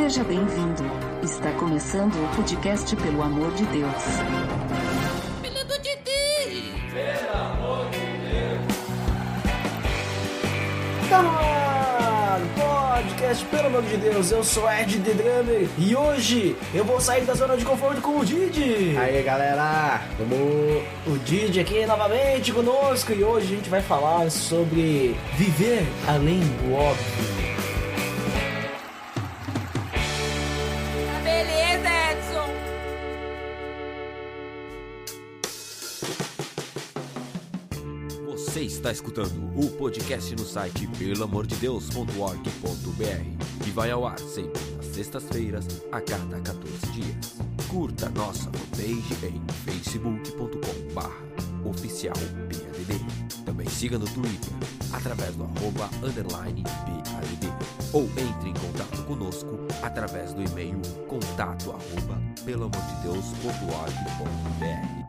Seja bem-vindo. Está começando o podcast Pelo Amor de Deus. Pelo amor de Deus! Pelo amor de Deus! Tá no ar! Podcast Pelo Amor de Deus, eu sou Ed The Drummer e hoje eu vou sair da zona de conforto com o Didi. Aí galera, O Didi aqui novamente conosco e hoje a gente vai falar sobre viver além do óbvio. Beleza, Edson! Você está escutando o podcast no site pelamordedeus.org.br, que vai ao ar sempre às sextas-feiras, a cada 14 dias. Curta nossa fanpage em facebook.com/oficialPADD. Também siga no Twitter, através do @_PADD. Ou entre em contato conosco através do e-mail contato@pelamordedeus.org.br.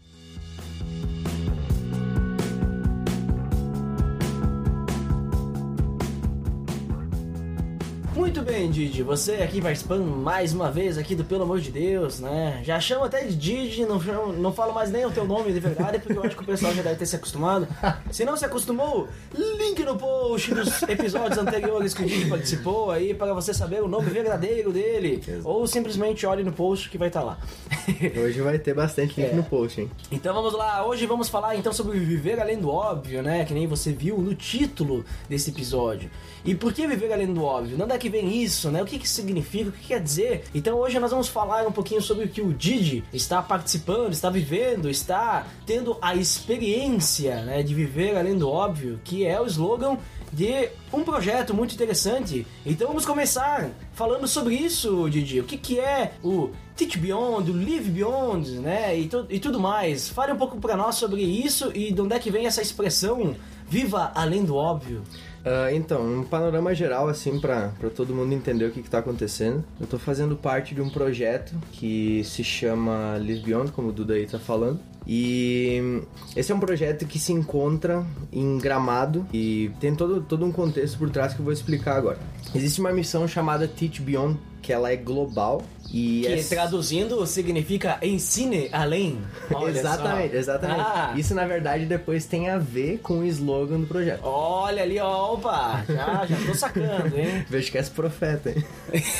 Muito bem, Didi, você aqui participando mais uma vez aqui do Pelo Amor de Deus, né? Já chamo até de Didi, não falo mais nem o teu nome de verdade, porque eu acho que o pessoal já deve ter se acostumado. Se não se acostumou, link no post dos episódios anteriores que o Didi participou aí, para você saber o nome verdadeiro dele. Ou simplesmente olhe no post que vai estar lá. Hoje vai ter bastante link no post, hein? Então vamos lá, hoje vamos falar então sobre viver além do óbvio, né? Que nem você viu no título desse episódio. E por que viver além do óbvio? De onde é que vem isso, né? O que que significa, o que quer dizer? Então hoje nós vamos falar um pouquinho sobre o que o Didi está participando, está vivendo, está tendo a experiência, né, de viver além do óbvio, que é o slogan de um projeto muito interessante. Então vamos começar falando sobre isso, Didi. O que é o Teach Beyond, o Live Beyond, né? E tudo mais. Fale um pouco para nós sobre isso e de onde é que vem essa expressão viva além do óbvio. Então, um panorama geral, assim, pra todo mundo entender o que tá acontecendo. Eu tô fazendo parte de um projeto que se chama Live Beyond, como o Duda aí tá falando. E esse é um projeto que se encontra em Gramado e tem todo um contexto por trás que eu vou explicar agora. Existe uma missão chamada Teach Beyond, que ela é global. E que traduzindo significa ensine além. Olha exatamente. Ah. Isso na verdade depois tem a ver com o slogan do projeto. Olha ali, opa, já tô sacando, hein? Vejo que és profeta, hein?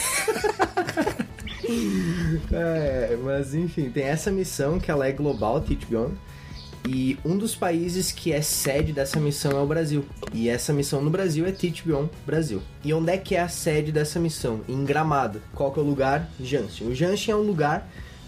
Mas enfim, tem essa missão que ela é global, Teach Beyond. E um dos países que é sede dessa missão é o Brasil. E essa missão no Brasil é Teach Beyond Brasil. E onde é que é a sede dessa missão? Em Gramado. Qual que é o lugar? Janschen. O Janschen é um lugar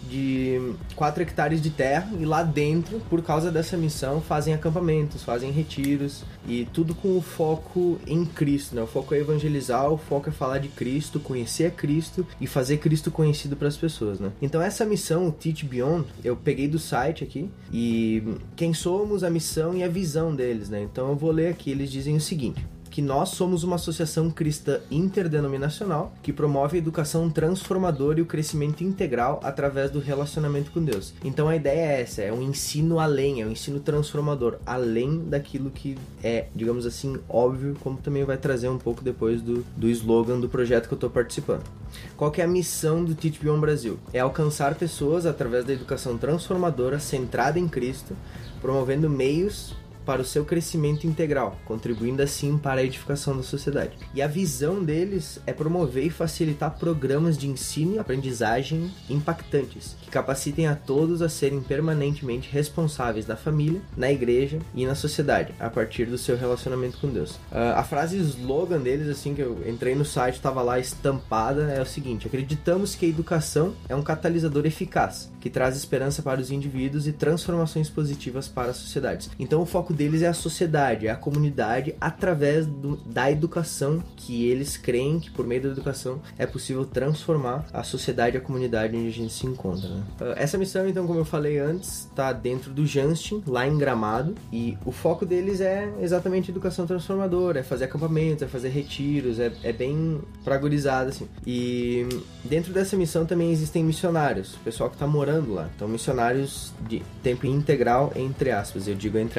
de 4 hectares de terra e lá dentro, por causa dessa missão, fazem acampamentos, fazem retiros e tudo com o foco em Cristo, né? O foco é evangelizar, o foco é falar de Cristo, conhecer a Cristo e fazer Cristo conhecido para as pessoas, né? Então essa missão, o Teach Beyond, eu peguei do site aqui e quem somos, a missão e a visão deles, né? Então eu vou ler aqui, eles dizem o seguinte: que nós somos uma associação cristã interdenominacional que promove a educação transformadora e o crescimento integral através do relacionamento com Deus. Então a ideia é essa, é um ensino além, é um ensino transformador, além daquilo que é, digamos assim, óbvio, como também vai trazer um pouco depois do slogan do projeto que eu estou participando. Qual que é a missão do Teach Beyond Brasil? É alcançar pessoas através da educação transformadora centrada em Cristo, promovendo meios para o seu crescimento integral, contribuindo assim para a edificação da sociedade. E a visão deles é promover e facilitar programas de ensino e aprendizagem impactantes, que capacitem a todos a serem permanentemente responsáveis da família, na igreja e na sociedade, a partir do seu relacionamento com Deus. A frase slogan deles, assim, que eu entrei no site, estava lá estampada, é o seguinte: acreditamos que a educação é um catalisador eficaz, que traz esperança para os indivíduos e transformações positivas para as sociedades. Então o foco deles é a sociedade, é a comunidade, através da educação, que eles creem que por meio da educação é possível transformar a sociedade e a comunidade onde a gente se encontra, né? Essa missão, então, como eu falei antes, está dentro do Janschen, lá em Gramado, e o foco deles é exatamente educação transformadora, é fazer acampamentos, é fazer retiros, é bem pragurizado, assim. E dentro dessa missão também existem missionários, o pessoal que está morando lá, então missionários de tempo integral, entre aspas, eu digo entre aspas porque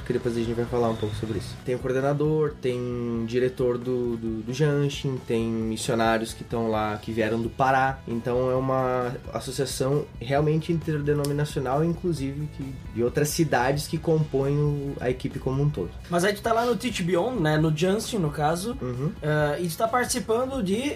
porque depois a gente vai falar um pouco sobre isso. Tem o coordenador, tem diretor do Janshin, tem missionários que estão lá, que vieram do Pará. Então é uma associação realmente interdenominacional, inclusive de outras cidades que compõem a equipe como um todo. Mas aí tu tá lá no Teach Beyond, né? No Janshin, no caso. E tu tá participando de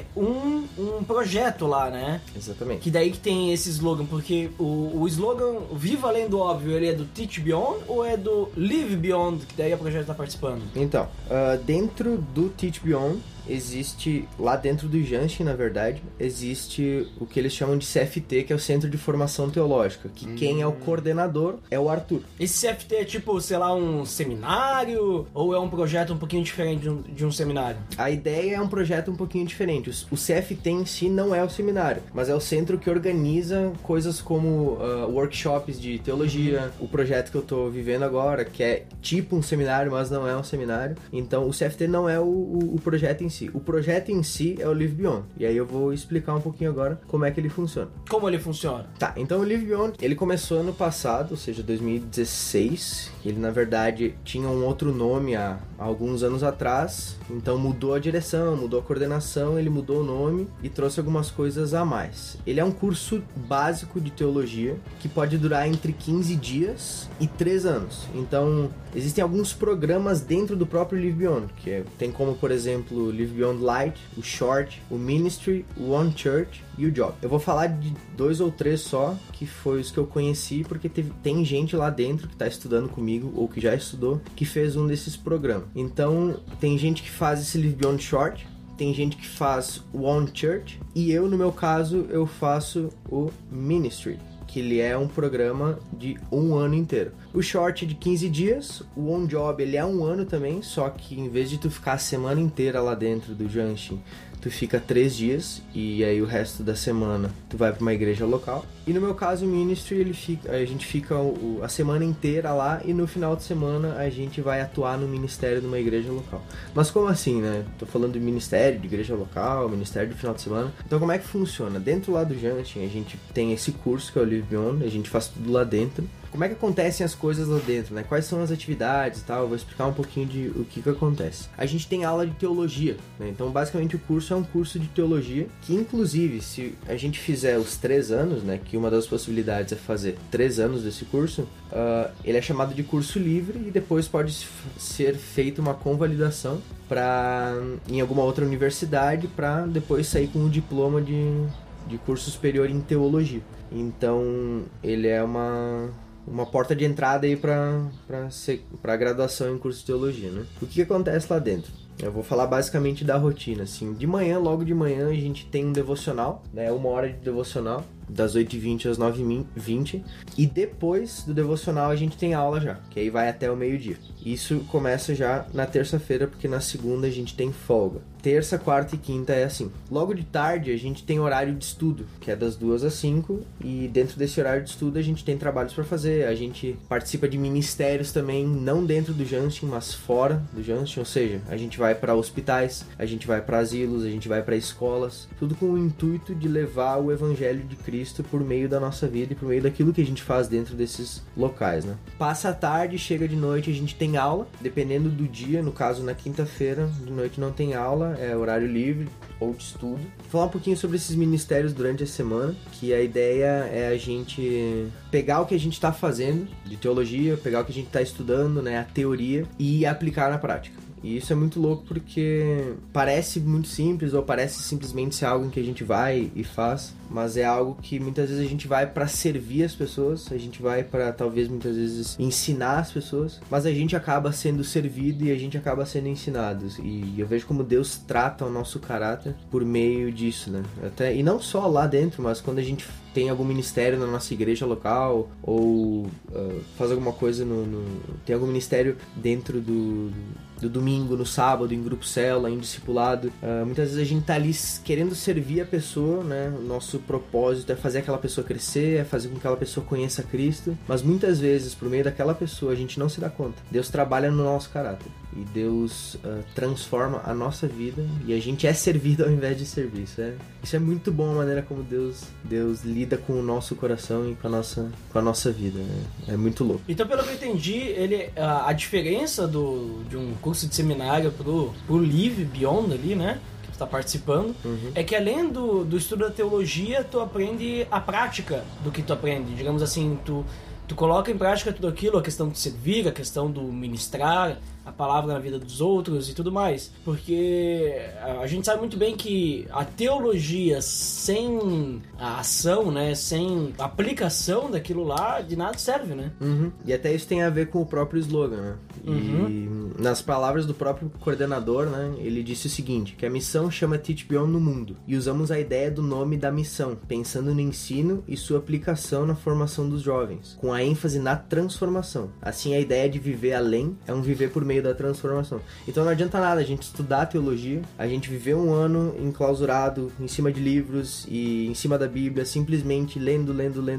um projeto lá, né? Exatamente. Que daí que tem esse slogan, porque o slogan Viva Além do Óbvio, ele é do Teach Beyond ou é do Live Beyond, que daí o projeto tá participando? Então, dentro do Teach Beyond, existe, lá dentro do Janshin, na verdade, existe o que eles chamam de CFT, que é o Centro de Formação Teológica, que quem é o coordenador é o Arthur. Esse CFT é tipo, sei lá, um seminário ou é um projeto um pouquinho diferente de um seminário? A ideia é um projeto um pouquinho diferente. O CFT em si não é o seminário, mas é o centro que organiza coisas como workshops de teologia, o projeto que eu tô vivendo agora, que é tipo um seminário, mas não é um seminário. Então, o CFT não é o projeto em si. O projeto em si é o Live Beyond. E aí eu vou explicar um pouquinho agora como é que ele funciona. Como ele funciona? Tá, então o Live Beyond, ele começou ano passado, ou seja, 2016. Ele, na verdade, tinha um outro nome há alguns anos atrás. Então mudou a direção, mudou a coordenação, ele mudou o nome e trouxe algumas coisas a mais. Ele é um curso básico de teologia que pode durar entre 15 dias e 3 anos. Então, existem alguns programas dentro do próprio Live Beyond, que tem como, por exemplo, Live Beyond Light, o Short, o Ministry, o One Church e o Job. Eu vou falar de 2 ou 3 só, que foi os que eu conheci, porque tem gente lá dentro que está estudando comigo, ou que já estudou, que fez um desses programas. Então, tem gente que faz esse Live Beyond Short, tem gente que faz o One Church, e eu, no meu caso, eu faço o Ministry, que ele é um programa de 1 ano inteiro. O Short de 15 dias, o On Job ele é 1 ano também, só que em vez de tu ficar a semana inteira lá dentro do Janshin, tu fica 3 dias e aí o resto da semana tu vai para uma igreja local. E no meu caso o Ministry, a gente fica a semana inteira lá e no final de semana a gente vai atuar no ministério de uma igreja local. Mas como assim, né? Tô falando de ministério, de igreja local, ministério de final de semana. Então como é que funciona? Dentro lá do Janshin a gente tem esse curso que é o Live Beyond, a gente faz tudo lá dentro. Como é que acontecem as coisas lá dentro, né? Quais são as atividades e tal? Eu vou explicar um pouquinho de o que acontece. A gente tem aula de teologia, né? Então, basicamente, o curso é um curso de teologia que, inclusive, se a gente fizer os 3 anos, né? Que uma das possibilidades é fazer 3 anos desse curso, ele é chamado de curso livre e depois pode ser feita uma convalidação em alguma outra universidade para depois sair com um diploma de curso superior em teologia. Então, ele é uma porta de entrada aí para graduação em curso de teologia, né? O que acontece lá dentro? Eu vou falar basicamente da rotina, assim. De manhã, logo de manhã, a gente tem um devocional, né? 1 hora de devocional, das 8h20 às 9h20. E depois do devocional a gente tem aula já, que aí vai até o meio-dia. Isso começa já na terça-feira, porque na segunda a gente tem folga. Terça, quarta e quinta é assim. Logo de tarde a gente tem horário de estudo, que é das 2 às 5. E dentro desse horário de estudo a gente tem trabalhos para fazer. A gente participa de ministérios também, não dentro do Janshin, mas fora do Janshin. Ou seja, a gente vai para hospitais, a gente vai para asilos, a gente vai para escolas. Tudo com o intuito de levar o evangelho de Cristo por meio da nossa vida e por meio daquilo que a gente faz dentro desses locais, né? Passa a tarde, chega de noite, a gente tem aula, dependendo do dia. No caso, na quinta-feira, de noite não tem aula, é horário livre ou de estudo. Vou falar um pouquinho sobre esses ministérios durante a semana, que a ideia é a gente pegar o que a gente está fazendo de teologia, pegar o que a gente está estudando, né, a teoria, e aplicar na prática. E isso é muito louco porque parece muito simples ou parece simplesmente ser algo em que a gente vai e faz, mas é algo que muitas vezes a gente vai para servir as pessoas, a gente vai para talvez muitas vezes ensinar as pessoas, mas a gente acaba sendo servido e a gente acaba sendo ensinado. E eu vejo como Deus trata o nosso caráter por meio disso, né? E não só lá dentro, mas quando a gente tem algum ministério na nossa igreja local ou faz alguma coisa tem algum ministério dentro do domingo, no sábado, em grupo célula, em discipulado. Muitas vezes a gente tá ali querendo servir a pessoa, né? O nosso propósito é fazer aquela pessoa crescer, é fazer com que aquela pessoa conheça Cristo, mas muitas vezes, por meio daquela pessoa, a gente não se dá conta. Deus trabalha no nosso caráter. e Deus transforma a nossa vida e a gente é servido ao invés de servir. Isso é muito bom, a maneira como Deus lida com o nosso coração e com a nossa vida, né? É muito louco. Então, pelo que eu entendi, a diferença de um curso de seminário pro Live Beyond ali, né? Que tu tá participando, é que além do estudo da teologia, tu aprende a prática do que tu aprende. Digamos assim, tu coloca em prática tudo aquilo, a questão de servir, a questão do ministrar a palavra na vida dos outros e tudo mais. Porque a gente sabe muito bem que a teologia sem a ação, né, sem a aplicação daquilo lá, de nada serve, né? E até isso tem a ver com o próprio slogan, né? E nas palavras do próprio coordenador, né, ele disse o seguinte, que a missão chama Teach Beyond no mundo, e usamos a ideia do nome da missão, pensando no ensino e sua aplicação na formação dos jovens, com a ênfase na transformação. Assim, a ideia de viver além é um viver por meio da transformação. Então não adianta nada a gente estudar teologia, a gente viver um ano enclausurado em cima de livros e em cima da Bíblia, simplesmente lendo,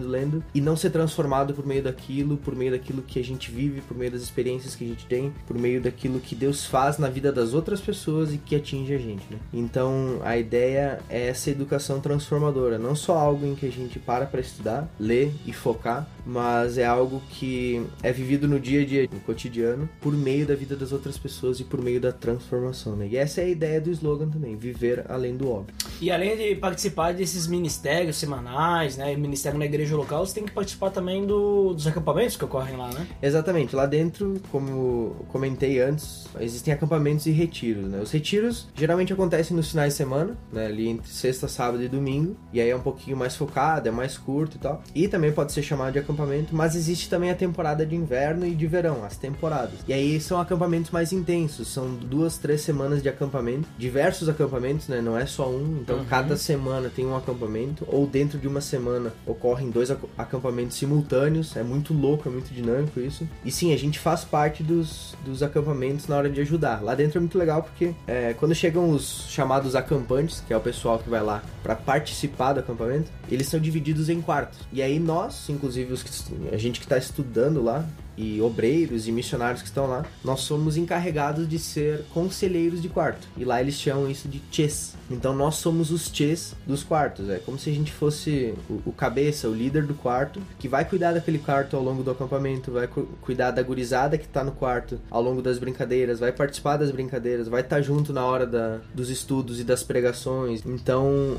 e não ser transformado por meio daquilo que a gente vive, por meio das experiências que a gente tem, por meio daquilo que Deus faz na vida das outras pessoas e que atinge a gente, né? Então a ideia é essa educação transformadora, não só algo em que a gente para estudar, ler e focar, mas é algo que é vivido no dia a dia, no cotidiano, por meio da vida das outras pessoas e por meio da transformação, né? E essa é a ideia do slogan também, viver além do óbvio. E além de participar desses ministérios semanais, né, ministério na igreja local, você tem que participar também dos acampamentos que ocorrem lá, né? Exatamente, lá dentro, como comentei antes, existem acampamentos e retiros, né? Os retiros geralmente acontecem nos finais de semana, né, ali entre sexta, sábado e domingo, e aí é um pouquinho mais focado, é mais curto e tal, e também pode ser chamado de acampamento, mas existe também a temporada de inverno e de verão, as temporadas, e aí são acampamentos mais intensos, são 2-3 semanas de acampamento, diversos acampamentos, né, não é só um, então cada semana tem um acampamento, ou dentro de uma semana ocorrem 2 acampamentos simultâneos, é muito louco, é muito dinâmico isso, e sim, a gente faz parte dos acampamentos na hora de ajudar. Lá dentro é muito legal porque quando chegam os chamados acampantes, que é o pessoal que vai lá para participar do acampamento, eles são divididos em quartos, e aí nós, inclusive a gente que está estudando lá, e obreiros e missionários que estão lá, nós somos encarregados de ser conselheiros de quarto. E lá eles chamam isso de chês. Então nós somos os chês dos quartos. É como se a gente fosse o cabeça, o líder do quarto, que vai cuidar daquele quarto ao longo do acampamento, vai cuidar da gurizada que tá no quarto ao longo das brincadeiras, vai participar das brincadeiras, vai estar junto na hora dos estudos e das pregações. Então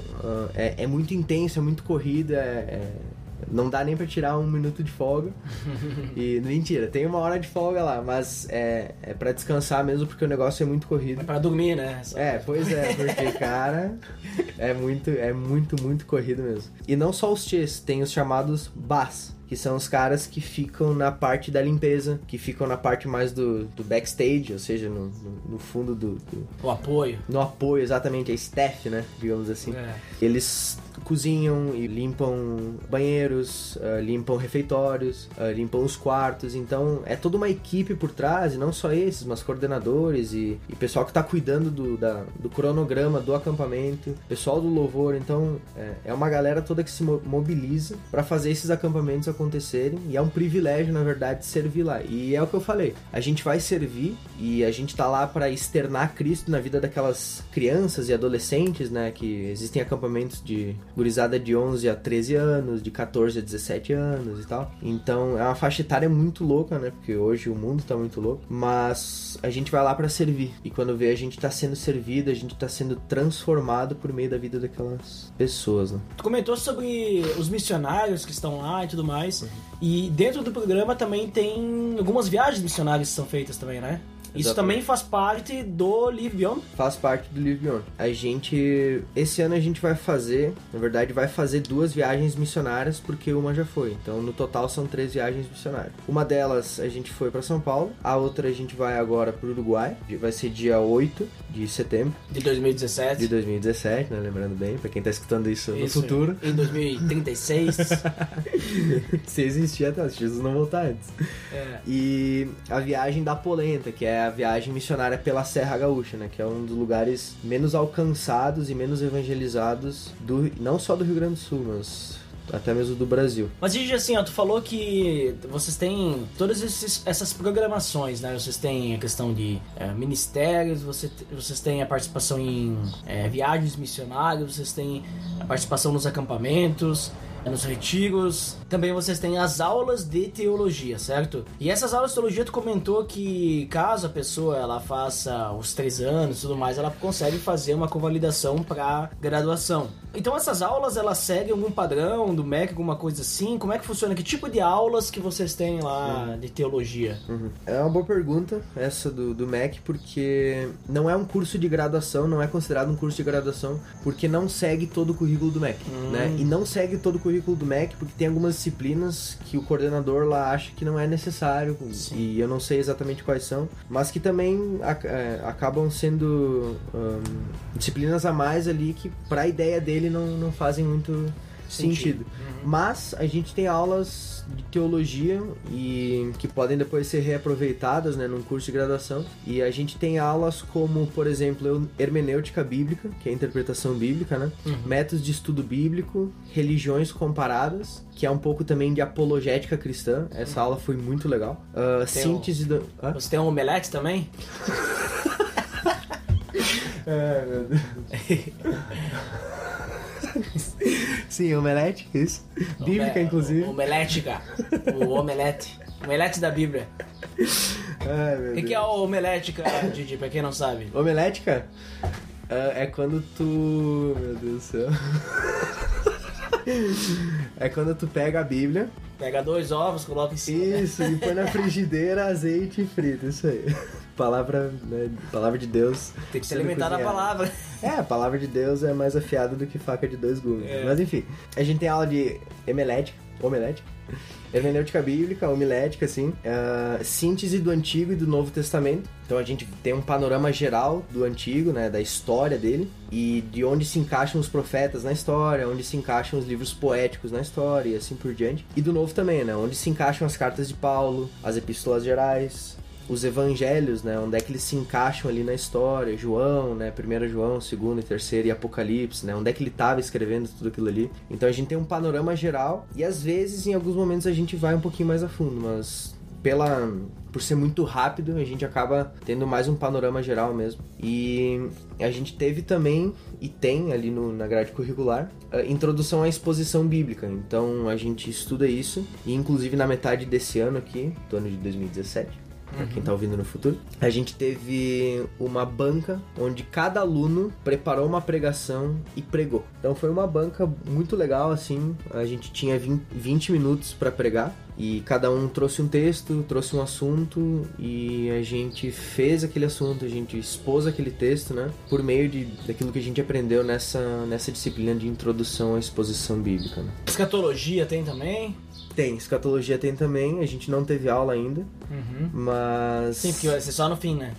é muito intenso, é muito corrida, não dá nem pra tirar 1 minuto de folga. E mentira, tem 1 hora de folga lá, mas é pra descansar mesmo, porque o negócio é muito corrido. É pra dormir, né? Pois é, porque, cara, é muito corrido mesmo. E não só os chês, tem os chamados bás, que são os caras que ficam na parte da limpeza, que ficam na parte mais do backstage, ou seja, no fundo o apoio. No apoio, exatamente, a staff, né, digamos assim. Eles cozinham e limpam banheiros, limpam refeitórios, limpam os quartos, então é toda uma equipe por trás, e não só esses, mas coordenadores e pessoal que tá cuidando do cronograma do acampamento, pessoal do louvor, então é uma galera toda que se mobiliza para fazer esses acampamentos acontecerem, e é um privilégio, na verdade, servir lá. E é o que eu falei, a gente vai servir e a gente tá lá para externar Cristo na vida daquelas crianças e adolescentes, né, que existem acampamentos de gurizada de 11 a 13 anos, de 14 a 17 anos e tal. Então é uma faixa etária muito louca, né, porque hoje o mundo tá muito louco, mas a gente vai lá para servir, e quando vê a gente tá sendo servido, a gente tá sendo transformado por meio da vida daquelas pessoas, né. Tu comentou sobre os missionários que estão lá e tudo mais. E dentro do programa também tem algumas viagens missionárias que são feitas também, né? Isso também faz parte do Live Beyond? Faz parte do Live Beyond. Esse ano a gente vai fazer 2 viagens missionárias, porque uma já foi. Então, no total, são 3 viagens missionárias. Uma delas, a gente foi para São Paulo. A outra, a gente vai agora pro Uruguai. Vai ser dia 8 de setembro. De 2017. De 2017, né? Lembrando bem, pra quem tá escutando isso no futuro. Em 2036. Se existir até, se Jesus não voltar antes. E a viagem da Polenta, que é a viagem missionária pela Serra Gaúcha, né? Que é um dos lugares menos alcançados e menos evangelizados não só do Rio Grande do Sul, mas até mesmo do Brasil. Mas, Gigi, assim, ó, tu falou que vocês têm todas essas programações, né? Vocês têm a questão de ministérios, vocês têm a participação em viagens missionárias, vocês têm a participação nos acampamentos, nos retiros. Também vocês têm as aulas de teologia, certo? E essas aulas de teologia, tu comentou que caso a pessoa ela faça os 3 anos e tudo mais, ela consegue fazer uma convalidação para graduação. Então essas aulas, elas seguem algum padrão do MEC, alguma coisa assim? Como é que funciona? Que tipo de aulas que vocês têm lá de teologia? É uma boa pergunta essa do MEC, porque não é um curso de graduação, não é considerado um curso de graduação, porque não segue todo o currículo do MEC, né? E não segue todo o currículo do MEC porque tem algumas disciplinas que o coordenador lá acha que não é necessário. Sim. E eu não sei exatamente quais são, mas que também acabam sendo disciplinas a mais ali que pra ideia dele não fazem muito sentido. Mas a gente tem aulas de teologia e que podem depois ser reaproveitadas, né, num curso de graduação. E a gente tem aulas como, por exemplo, hermenêutica bíblica, que é a interpretação bíblica, né? Métodos de estudo bíblico, religiões comparadas, que é um pouco também de apologética cristã. Essa aula foi muito legal. Síntese do... Você tem um omelete também? Meu Deus. Sim, omelete, isso. Bíblica, inclusive. Omelética. O omelete. Omelete da Bíblia. Ai, meu Deus. O que é o omelética, Didi, pra quem não sabe? Omelética? É quando tu... Meu Deus do céu. É quando tu pega a Bíblia... Pega 2 ovos, coloca em cima. Isso, e põe na frigideira, azeite e frita, isso aí. Palavra, né, palavra de Deus. Tem que se alimentar da palavra. A palavra de Deus é mais afiada do que faca de 2 gumes. Mas enfim, a gente tem aula de homilética, hermenêutica bíblica, homilética, assim, síntese do Antigo e do Novo Testamento. Então a gente tem um panorama geral do Antigo, né, da história dele, e de onde se encaixam os profetas na história, onde se encaixam os livros poéticos na história e assim por diante. E do Novo também, né, onde se encaixam as cartas de Paulo, as epístolas gerais, os evangelhos, né, onde é que eles se encaixam ali na história, João, né, 1 João, 2 e 3 e Apocalipse, né, onde é que ele estava escrevendo tudo aquilo ali. Então a gente tem um panorama geral e às vezes, em alguns momentos, a gente vai um pouquinho mais a fundo, mas por ser muito rápido, a gente acaba tendo mais um panorama geral mesmo. E a gente teve também, e tem ali na grade curricular, a introdução à exposição bíblica. Então a gente estuda isso, e inclusive na metade desse ano aqui, do ano de 2017, pra quem tá ouvindo no futuro, a gente teve uma banca onde cada aluno preparou uma pregação e pregou. Então foi uma banca muito legal, assim, a gente tinha 20 minutos pra pregar, e cada um trouxe um texto, trouxe um assunto, e a gente fez aquele assunto, a gente expôs aquele texto, né, por meio daquilo que a gente aprendeu nessa disciplina de introdução à exposição bíblica, né. Escatologia tem também? Tem, escatologia tem também, a gente não teve aula ainda, mas... Sim, porque vai ser só no fim, né?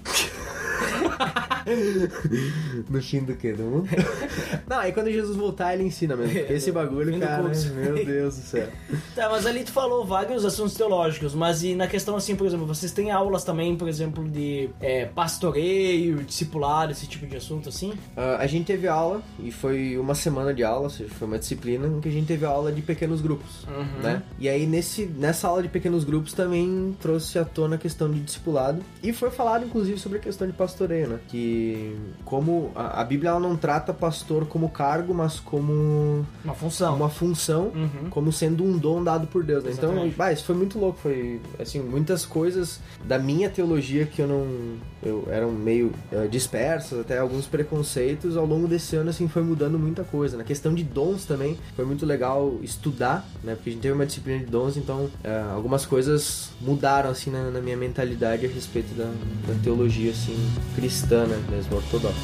No fim do quê? Do mundo? Não, aí quando Jesus voltar ele ensina mesmo. Porque esse bagulho, cara, meu Deus do céu. Tá, mas ali tu falou vários assuntos teológicos, mas e na questão assim, por exemplo, vocês têm aulas também, por exemplo, de pastoreio, discipulado, esse tipo de assunto assim? A gente teve aula, e foi uma semana de aula, ou seja, foi uma disciplina em que a gente teve aula de pequenos grupos, né? E aí nessa aula de pequenos grupos também trouxe à tona a questão de discipulado, e foi falado inclusive sobre a questão de pastoreio, né? Que como a Bíblia ela não trata pastor como cargo, mas como uma função, como sendo um dom dado por Deus, né? Então, isso foi muito louco, foi assim, muitas coisas da minha teologia que eu eram meio dispersas, até alguns preconceitos, ao longo desse ano assim foi mudando muita coisa. Na questão de dons também foi muito legal estudar, né? Porque a gente teve uma disciplina de dons, então algumas coisas mudaram assim na minha mentalidade a respeito da teologia assim cristã, né? Mesmo ortodoxa.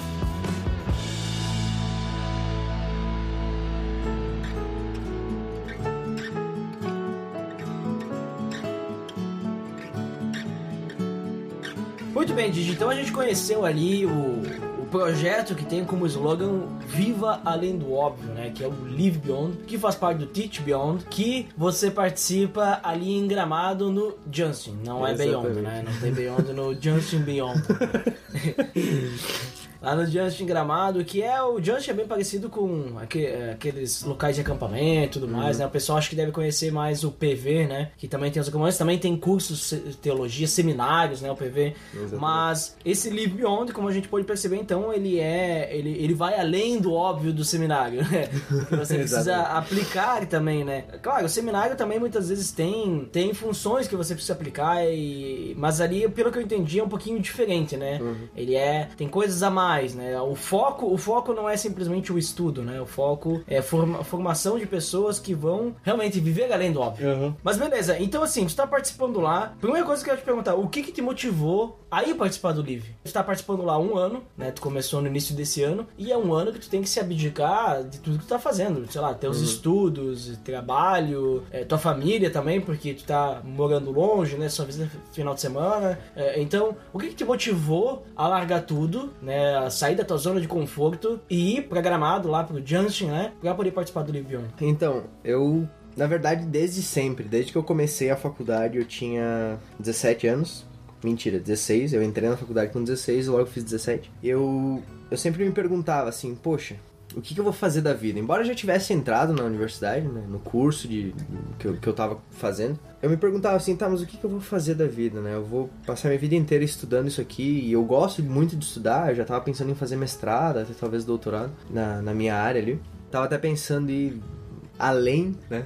Muito bem, Didi, então a gente conheceu ali o projeto que tem como slogan Viva Além do Óbvio, né? Que é o Live Beyond, que faz parte do Teach Beyond, que você participa ali em Gramado no Justin, não é Beyond, né? Não tem Beyond no Justin Beyond. lá no Justin Gramado, que o Justin é bem parecido com aqueles locais de acampamento e tudo mais, né? O pessoal acho que deve conhecer mais o PV, né? Que também tem os acampamentos, também tem cursos de teologia, seminários, né? O PV. Exatamente. Mas esse Live Beyond, como a gente pode perceber, então, ele vai além do óbvio do seminário, né? Que você precisa aplicar também, né? Claro, o seminário também muitas vezes tem funções que você precisa aplicar, mas ali, pelo que eu entendi, é um pouquinho diferente, né? Ele tem coisas a mais, né? O foco não é simplesmente o estudo, né? O foco é a formação de pessoas que vão realmente viver além do óbvio. Mas beleza, então assim, tu tá participando lá. Primeira coisa que eu quero te perguntar, o que te motivou a ir participar do Live? Tu tá participando lá há 1 ano, né? Tu começou no início desse ano, e é 1 ano que tu tem que se abdicar de tudo que tu tá fazendo. Sei lá, teus estudos, trabalho, tua família também, porque tu tá morando longe, né? Só visita final de semana. Então, o que te motivou a largar tudo, né? A sair da tua zona de conforto e ir pra Gramado, lá pro Justin, né? Pra poder participar do Live Beyond? Então, na verdade, desde sempre, desde que eu comecei a faculdade, eu tinha 17 anos. Mentira, 16. Eu entrei na faculdade com 16 e logo fiz 17. Eu sempre me perguntava assim, poxa, o que eu vou fazer da vida? Embora eu já tivesse entrado na universidade, né, no curso que eu tava fazendo, eu me perguntava assim, tá, mas o que eu vou fazer da vida, né? Eu vou passar minha vida inteira estudando isso aqui, e eu gosto muito de estudar, eu já tava pensando em fazer mestrado, até talvez doutorado, na minha área ali. Tava até pensando em ir além, né?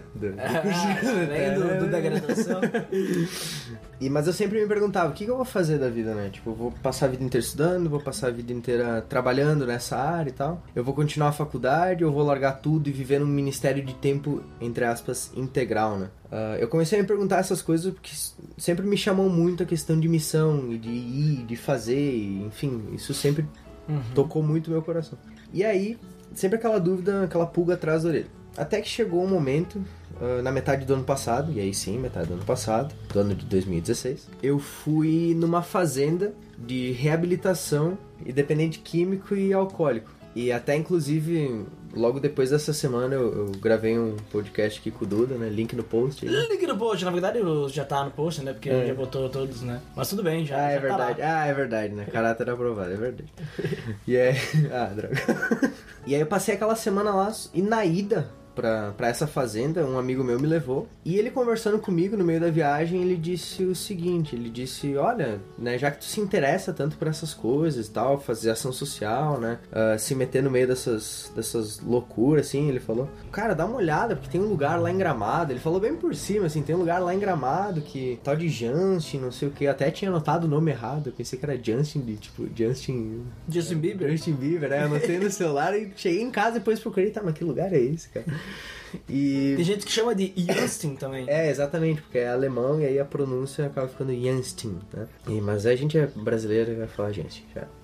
Além da graduação. Mas eu sempre me perguntava, o que eu vou fazer da vida, né? Tipo, eu vou passar a vida inteira estudando, vou passar a vida inteira trabalhando nessa área e tal. Eu vou continuar a faculdade, eu vou largar tudo e viver num ministério de tempo, entre aspas, integral, né? Eu comecei a me perguntar essas coisas porque sempre me chamou muito a questão de missão e de ir, de fazer, enfim, isso sempre tocou muito meu coração. E aí, sempre aquela dúvida, aquela pulga atrás da orelha. Até que chegou um momento, na metade do ano passado, e aí sim, metade do ano passado, do ano de 2016, eu fui numa fazenda de reabilitação e dependente químico e alcoólico. E até, inclusive, logo depois dessa semana, eu gravei um podcast aqui com o Duda, né? Link no post. Link no post, na verdade já tá no post, né? Porque já botou todos, né? Mas tudo bem, já. É já verdade. Tá lá. É verdade, né? Caráter aprovado, é verdade. E aí... droga. E aí eu passei aquela semana lá e na ida pra essa fazenda, um amigo meu me levou, e ele conversando comigo no meio da viagem, ele disse o seguinte, ele disse, olha, né, já que tu se interessa tanto por essas coisas e tal, fazer ação social, né, se meter no meio dessas loucuras, assim, ele falou, cara, dá uma olhada, porque tem um lugar lá em Gramado, ele falou bem por cima, assim, tem um lugar lá em Gramado que tal de Justin, não sei o que, até tinha anotado o nome errado, eu pensei que era Justin, Justin Bieber? Justin Bieber, né, eu anotei no celular e cheguei em casa e depois procurei, tá, mas que lugar é esse, cara? E... Tem gente que chama de Justin também. É, exatamente, porque é alemão e aí a pronúncia acaba ficando Justin, né? Mas a gente é brasileiro e vai falar Justin,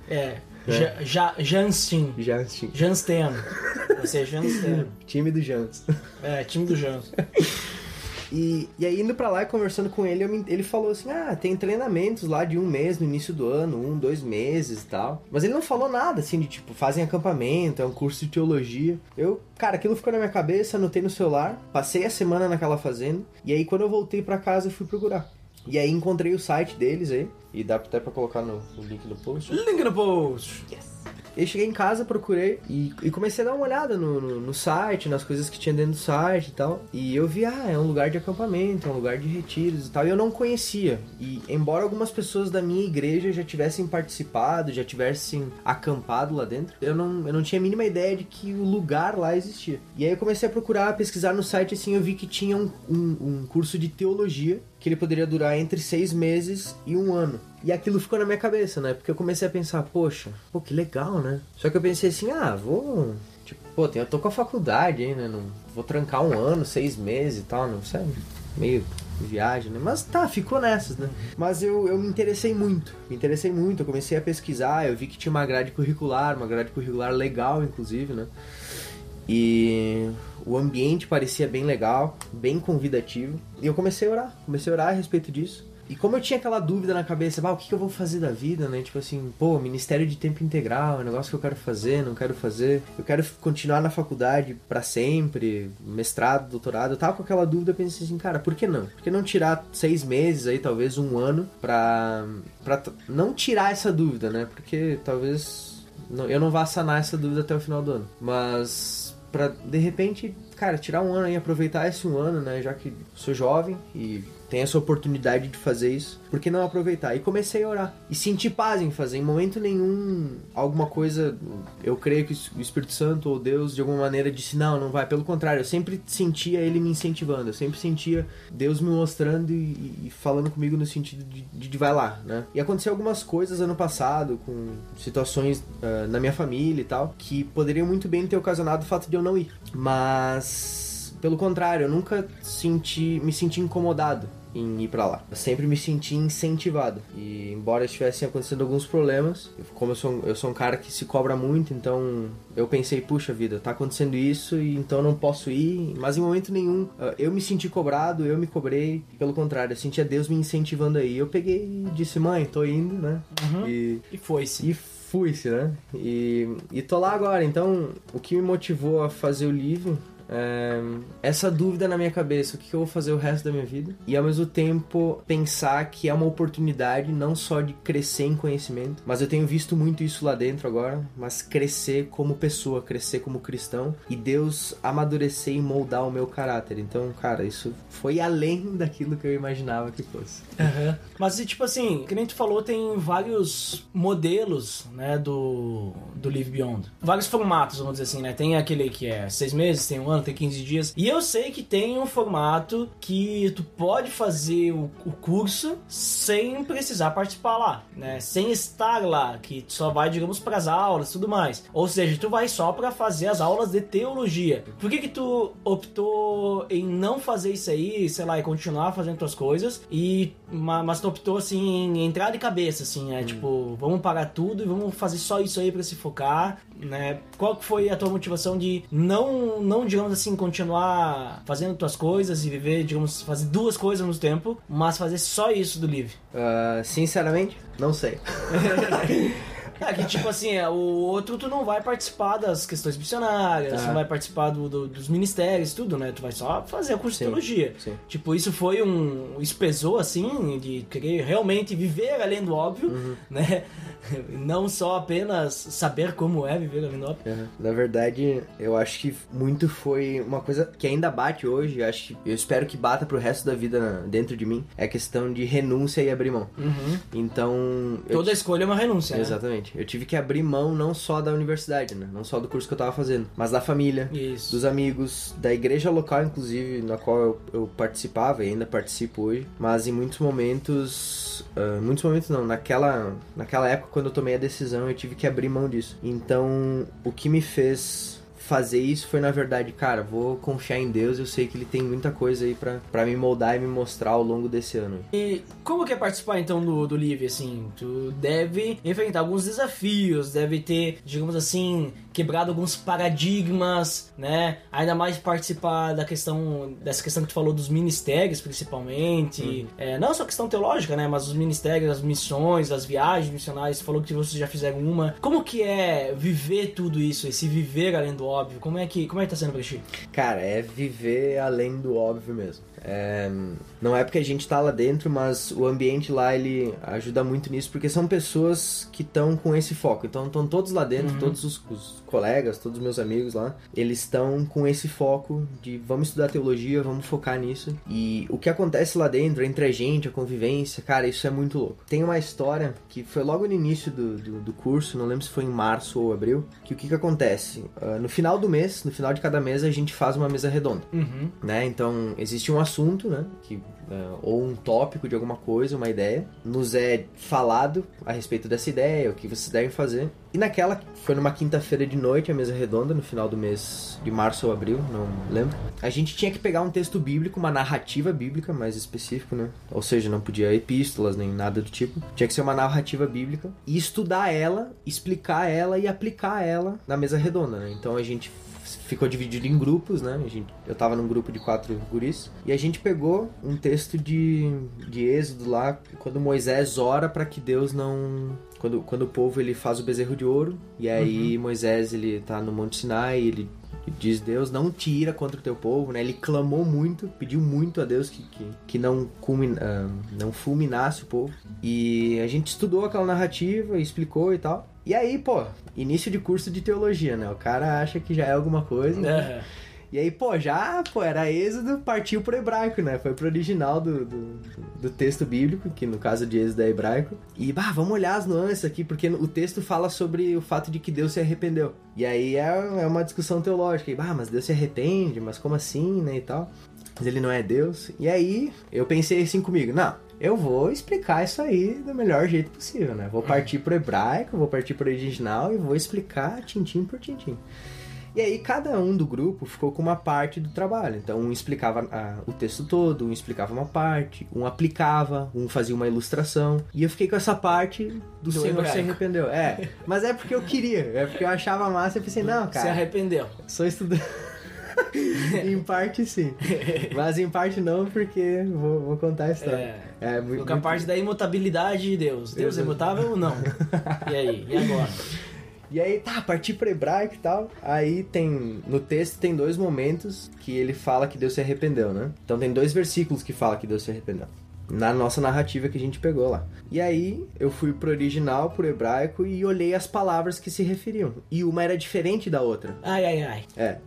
já. Jansten. Justin. Você é Jansten. Time do Jans. Time do Jans. E aí indo pra lá e conversando com ele, ele falou assim, tem treinamentos lá de 1 mês no início do ano, 1, 2 meses e tal. Mas ele não falou nada, assim, de tipo, fazem acampamento, é um curso de teologia. Cara, aquilo ficou na minha cabeça, anotei no celular, passei a semana naquela fazenda, e aí quando eu voltei pra casa eu fui procurar. E aí encontrei o site deles aí, e dá até pra colocar no link no post. Link no post! Yes! Eu cheguei em casa, procurei e comecei a dar uma olhada no site, nas coisas que tinha dentro do site e tal. E eu vi, é um lugar de acampamento, é um lugar de retiros e tal. E eu não conhecia. E embora algumas pessoas da minha igreja já tivessem participado, já tivessem acampado lá dentro, eu não tinha a mínima ideia de que o lugar lá existia. E aí eu comecei a procurar, pesquisar no site, assim, eu vi que tinha um curso de teologia que ele poderia durar entre 6 meses e 1 ano. E aquilo ficou na minha cabeça, né? Porque eu comecei a pensar, que legal, né? Só que eu pensei assim, vou... Tipo, eu tô com a faculdade aí, né? Não vou trancar 1 ano, 6 meses e tal, não sei. Meio viagem, né? Mas tá, ficou nessas, né? Mas eu me interessei muito. Eu comecei a pesquisar, eu vi que tinha uma grade curricular legal, inclusive, né? E o ambiente parecia bem legal, bem convidativo. E eu comecei a orar a respeito disso. E como eu tinha aquela dúvida na cabeça, o que eu vou fazer da vida, né? Tipo assim, ministério de tempo integral, é um negócio que eu quero fazer, não quero fazer. Eu quero continuar na faculdade pra sempre, mestrado, doutorado. Eu tava com aquela dúvida, eu pensei assim, cara, por que não? Por que não tirar 6 meses aí, talvez 1 ano, pra não tirar essa dúvida, né? Porque talvez eu não vá sanar essa dúvida até o final do ano. Mas pra, de repente, cara, tirar um ano aí, aproveitar esse um ano, né? Já que sou jovem e tenho essa oportunidade de fazer isso, por que não aproveitar? E comecei a orar. E senti paz em fazer. Em momento nenhum, alguma coisa, eu creio que o Espírito Santo ou Deus, de alguma maneira, disse, não vai. Pelo contrário, eu sempre sentia Ele me incentivando. Eu sempre sentia Deus me mostrando e falando comigo no sentido de vai lá, né? E aconteceu algumas coisas ano passado, com situações na minha família e tal, que poderiam muito bem ter ocasionado o fato de eu não ir. Mas, pelo contrário, eu nunca me senti incomodado em ir pra lá. Eu sempre me senti incentivado. E embora estivessem acontecendo alguns problemas, como eu sou um cara que se cobra muito, então eu pensei, puxa vida, tá acontecendo isso e então eu não posso ir. Mas em momento nenhum eu me senti cobrado, eu me cobrei. Pelo contrário, eu sentia Deus me incentivando aí. Eu peguei e disse, mãe, tô indo, né? Uhum. E foi-se. E fui-se, né? E tô lá agora. Então, o que me motivou a fazer o livro essa dúvida na minha cabeça, o que eu vou fazer o resto da minha vida, e ao mesmo tempo pensar que é uma oportunidade não só de crescer em conhecimento, mas eu tenho visto muito isso lá dentro agora, mas crescer como pessoa, crescer como cristão, e Deus amadurecer e moldar o meu caráter. Então, cara, isso foi além daquilo que eu imaginava que fosse. Uhum. Mas, tipo assim, que nem tu falou, tem vários modelos, né, do Live Beyond. Vários formatos, vamos dizer assim, né? Tem aquele que é 6 meses, tem um ano, tem 15 dias. E eu sei que tem um formato que tu pode fazer o curso sem precisar participar lá, né? Sem estar lá, que tu só vai, digamos, pras aulas e tudo mais. Ou seja, tu vai só pra fazer as aulas de teologia. Por que tu optou em não fazer isso aí, sei lá, e continuar fazendo tuas coisas, mas tu optou, assim, em entrar de cabeça, assim, né? Tipo, vamos parar tudo e vamos fazer só isso aí pra se focar, né? Qual que foi a tua motivação de não, digamos assim, continuar fazendo tuas coisas e viver, digamos, fazer duas coisas ao mesmo tempo, mas fazer só isso do Live? Sinceramente, não sei. Que tipo assim, o outro tu não vai participar das questões missionárias, tu não vai participar dos ministérios, tudo, né? Tu vai só fazer o curso de teologia. Sim. Tipo, isso foi isso pesou, assim, de querer realmente viver além do óbvio, né? Não só apenas saber como é viver além do óbvio. Na verdade, eu acho que muito foi uma coisa que ainda bate hoje, eu espero que bata pro resto da vida dentro de mim, é a questão de renúncia e abrir mão. Então... Toda escolha é uma renúncia, Exatamente. Eu tive que abrir mão não só da universidade, né? Não só do curso que eu tava fazendo, mas da família, dos amigos, da igreja local, inclusive, na qual eu participava e ainda participo hoje. Mas em muitos momentos não, naquela época, quando eu tomei a decisão, eu tive que abrir mão disso. Então, o que me fez fazer isso foi, na verdade, cara, vou confiar em Deus, eu sei que Ele tem muita coisa aí pra me moldar e me mostrar ao longo desse ano. E como que é participar, então, do Live, assim? Tu deve enfrentar alguns desafios, deve ter, digamos assim, quebrado alguns paradigmas, né? Ainda mais participar dessa questão que tu falou dos ministérios, principalmente. Não só questão teológica, né? Mas os ministérios, as missões, as viagens missionárias, tu falou que vocês já fizeram uma. Como que é viver tudo isso, esse viver além do óbvio? Como é que tá sendo pra ti? Cara, é viver além do óbvio mesmo. Não é porque a gente tá lá dentro, mas o ambiente lá, ele ajuda muito nisso, porque são pessoas que estão com esse foco. Então, estão todos lá dentro, todos os colegas, todos os meus amigos lá, eles estão com esse foco de vamos estudar teologia, vamos focar nisso. E o que acontece lá dentro, entre a gente, a convivência, cara, isso é muito louco. Tem uma história que foi logo no início do curso, não lembro se foi em março ou abril, que o que acontece? No final do mês, no final de cada mês, a gente faz uma mesa redonda, né? Então, existe um assunto, né, ou um tópico de alguma coisa, uma ideia, nos é falado a respeito dessa ideia, o que vocês devem fazer. E naquela, foi numa quinta-feira de noite, a mesa redonda, no final do mês de março ou abril, não lembro. A gente tinha que pegar um texto bíblico, uma narrativa bíblica, mais específico, né? Ou seja, não podia epístolas, nem nada do tipo. Tinha que ser uma narrativa bíblica. E estudar ela, explicar ela e aplicar ela na mesa redonda, né? Então a gente ficou dividido em grupos, né? Eu tava num grupo de 4 guris. E a gente pegou um texto de Êxodo lá, quando Moisés ora para que Deus não... Quando o povo ele faz o bezerro de ouro, e aí Moisés ele tá no Monte Sinai, ele diz, Deus, não tira contra o teu povo, né? Ele clamou muito, pediu muito a Deus que não fulminasse o povo. E a gente estudou aquela narrativa, explicou e tal. E aí, pô, início de curso de teologia, né? O cara acha que já é alguma coisa, né? E aí, era Êxodo, partiu pro hebraico, né? Foi pro original do texto bíblico, que no caso de Êxodo é hebraico. E, vamos olhar as nuances aqui, porque o texto fala sobre o fato de que Deus se arrependeu. E aí é uma discussão teológica. E, mas Deus se arrepende, mas como assim, né, e tal? Mas ele não é Deus. E aí, eu pensei assim comigo, não, eu vou explicar isso aí do melhor jeito possível, né? Vou partir pro hebraico, vou partir pro original e vou explicar tintim por tintim. E aí cada um do grupo ficou com uma parte do trabalho. Então um explicava o texto todo, um explicava uma parte, um aplicava, um fazia uma ilustração. E eu fiquei com essa parte do Senhor se arrependeu. Mas é porque eu queria, é porque eu achava massa e pensei, não, cara... Se arrependeu. Sou estudante... Em parte sim, mas em parte não, porque vou contar a história. Muito a parte da imutabilidade de Deus. Deus é imutável ou não? E aí? E agora? E aí, parti pro hebraico e tal. Aí no texto tem 2 momentos que ele fala que Deus se arrependeu, né? Então tem 2 versículos que fala que Deus se arrependeu. Na nossa narrativa que a gente pegou lá. E aí, eu fui pro original, pro hebraico, e olhei as palavras que se referiam. E uma era diferente da outra. Ai.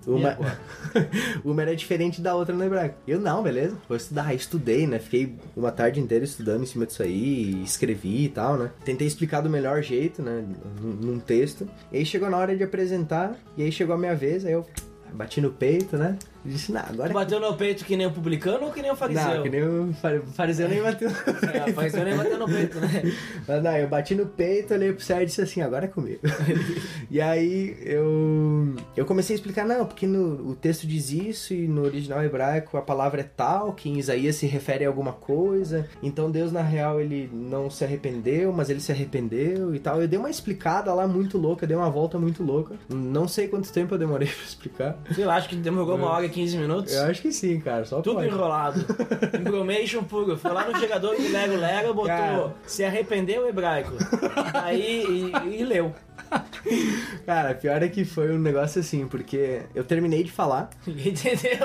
Uma era diferente da outra no hebraico. Eu, não, beleza, vou estudar. Aí estudei, né? Fiquei uma tarde inteira estudando em cima disso aí, escrevi e tal, né? Tentei explicar do melhor jeito, né? Num texto. E aí chegou na hora de apresentar, e aí chegou a minha vez, aí eu bati no peito, né? E disse, agora... Tu bateu no peito que nem o publicano ou que nem o fariseu? Não, que nem o fariseu nem bateu no peito. O fariseu nem bateu no peito, né? Mas não, eu bati no peito, olhei pro céu e disse assim, agora é comigo. E aí eu comecei a explicar, não, porque o texto diz isso e no original hebraico a palavra é tal, que em Isaías se refere a alguma coisa, então Deus na real ele não se arrependeu, mas ele se arrependeu e tal. Eu dei uma explicada lá muito louca, dei uma volta muito louca. Não sei quanto tempo eu demorei pra explicar. Sei lá, acho que demorou 1h15 minutos. Eu acho que sim, cara, só tudo pode. Enrolado. Information puro. Foi lá no chegador do Lego, botou cara, se arrependeu hebraico. Aí e leu. Cara, pior é que foi um negócio assim, porque eu terminei de falar. Ninguém entendeu?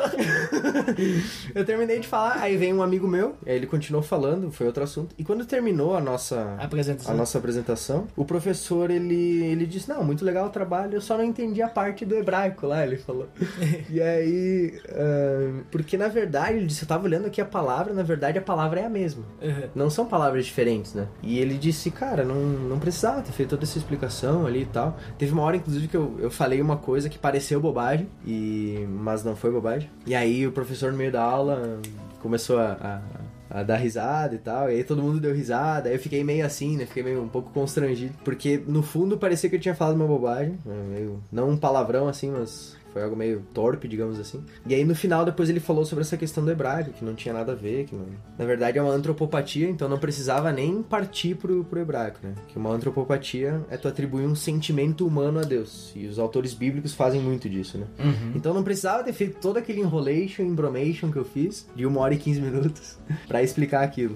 Eu terminei de falar, aí vem um amigo meu, aí ele continuou falando, foi outro assunto. E quando terminou a nossa apresentação, o professor, ele disse, não, muito legal o trabalho, eu só não entendi a parte do hebraico lá, ele falou. E aí, porque na verdade, ele disse, eu tava olhando aqui a palavra, na verdade a palavra é a mesma. Uhum. Não são palavras diferentes, né? E ele disse, cara, não precisava ter feito toda essa explicação ali e tal. Teve uma hora, inclusive, que eu falei uma coisa que pareceu bobagem, mas não foi bobagem. E aí o professor no meio da aula começou a dar risada e tal, e aí todo mundo deu risada, aí eu fiquei meio assim, né, fiquei meio um pouco constrangido, porque no fundo parecia que eu tinha falado uma bobagem, meio, não um palavrão assim, mas foi algo meio torpe, digamos assim. E aí no final depois ele falou sobre essa questão do hebraico, que não tinha nada a ver, que não... na verdade é uma antropopatia, então não precisava nem partir pro hebraico, né, que uma antropopatia é tu atribuir um sentimento humano a Deus, e os autores bíblicos fazem muito disso, né. Uhum. Então não precisava ter feito todo aquele embromation que eu fiz, de 1h15 minutos, pra explicar aquilo.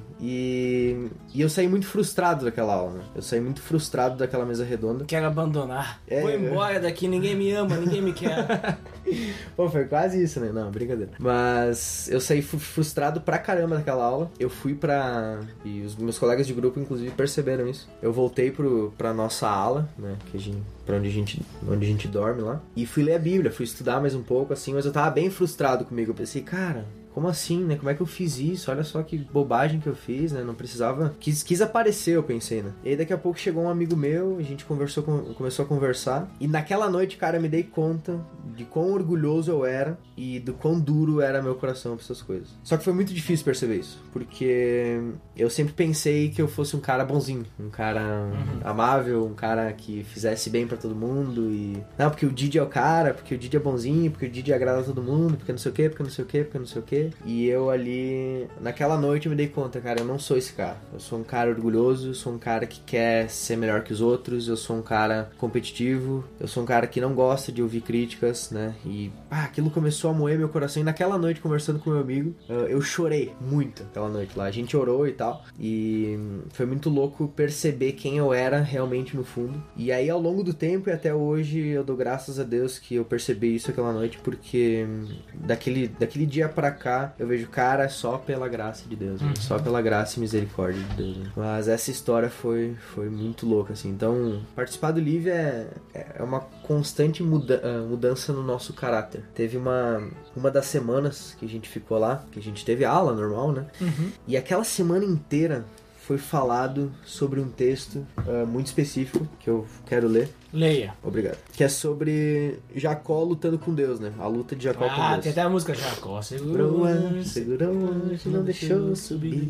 E eu saí muito frustrado daquela aula, né, eu saí muito frustrado daquela mesa redonda. Quero abandonar. Vou embora daqui, ninguém me ama, ninguém me quer. Pô, foi quase isso, né? Não, brincadeira. Mas eu saí frustrado pra caramba daquela aula. Eu fui e os meus colegas de grupo, inclusive, perceberam isso. Eu voltei pra nossa ala, né? Pra onde a gente dorme lá. E fui ler a Bíblia, fui estudar mais um pouco, assim. Mas eu tava bem frustrado comigo. Eu pensei, cara... como assim, né? Como é que eu fiz isso? Olha só que bobagem que eu fiz, né? Não precisava... Quis aparecer, eu pensei, né? E aí daqui a pouco chegou um amigo meu, a gente começou a conversar. E naquela noite, cara, eu me dei conta de quão orgulhoso eu era e do quão duro era meu coração pra essas coisas. Só que foi muito difícil perceber isso. Porque eu sempre pensei que eu fosse um cara bonzinho. Um cara amável, um cara que fizesse bem pra todo mundo. E... não, porque o Didi é o cara, porque o Didi é bonzinho, porque o Didi agrada todo mundo, porque não sei o quê, porque não sei o quê, porque não sei o quê. E eu ali, naquela noite eu me dei conta, cara, eu não sou esse cara. Eu sou um cara orgulhoso, eu sou um cara que quer ser melhor que os outros, eu sou um cara competitivo, eu sou um cara que não gosta de ouvir críticas, antes, né? E aquilo começou a moer meu coração. E naquela noite, conversando com meu amigo, eu chorei muito aquela noite lá. A gente orou e tal. E foi muito louco perceber quem eu era realmente no fundo. E aí, ao longo do tempo e até hoje, eu dou graças a Deus que eu percebi isso aquela noite, porque daquele dia pra cá, eu vejo, cara, só pela graça de Deus, né? Só pela graça e misericórdia de Deus, né? Mas essa história foi muito louca, assim. Então, participar do Live é uma constante mudança no nosso caráter. Teve uma das semanas que a gente ficou lá, que a gente teve aula normal, né? E aquela semana inteira foi falado sobre um texto muito específico, que eu quero ler. Leia. Obrigado. Que é sobre Jacó lutando com Deus, né? A luta de Jacó com Deus. Tem até a música Jacó. Segurou o anjo, não deixou subir.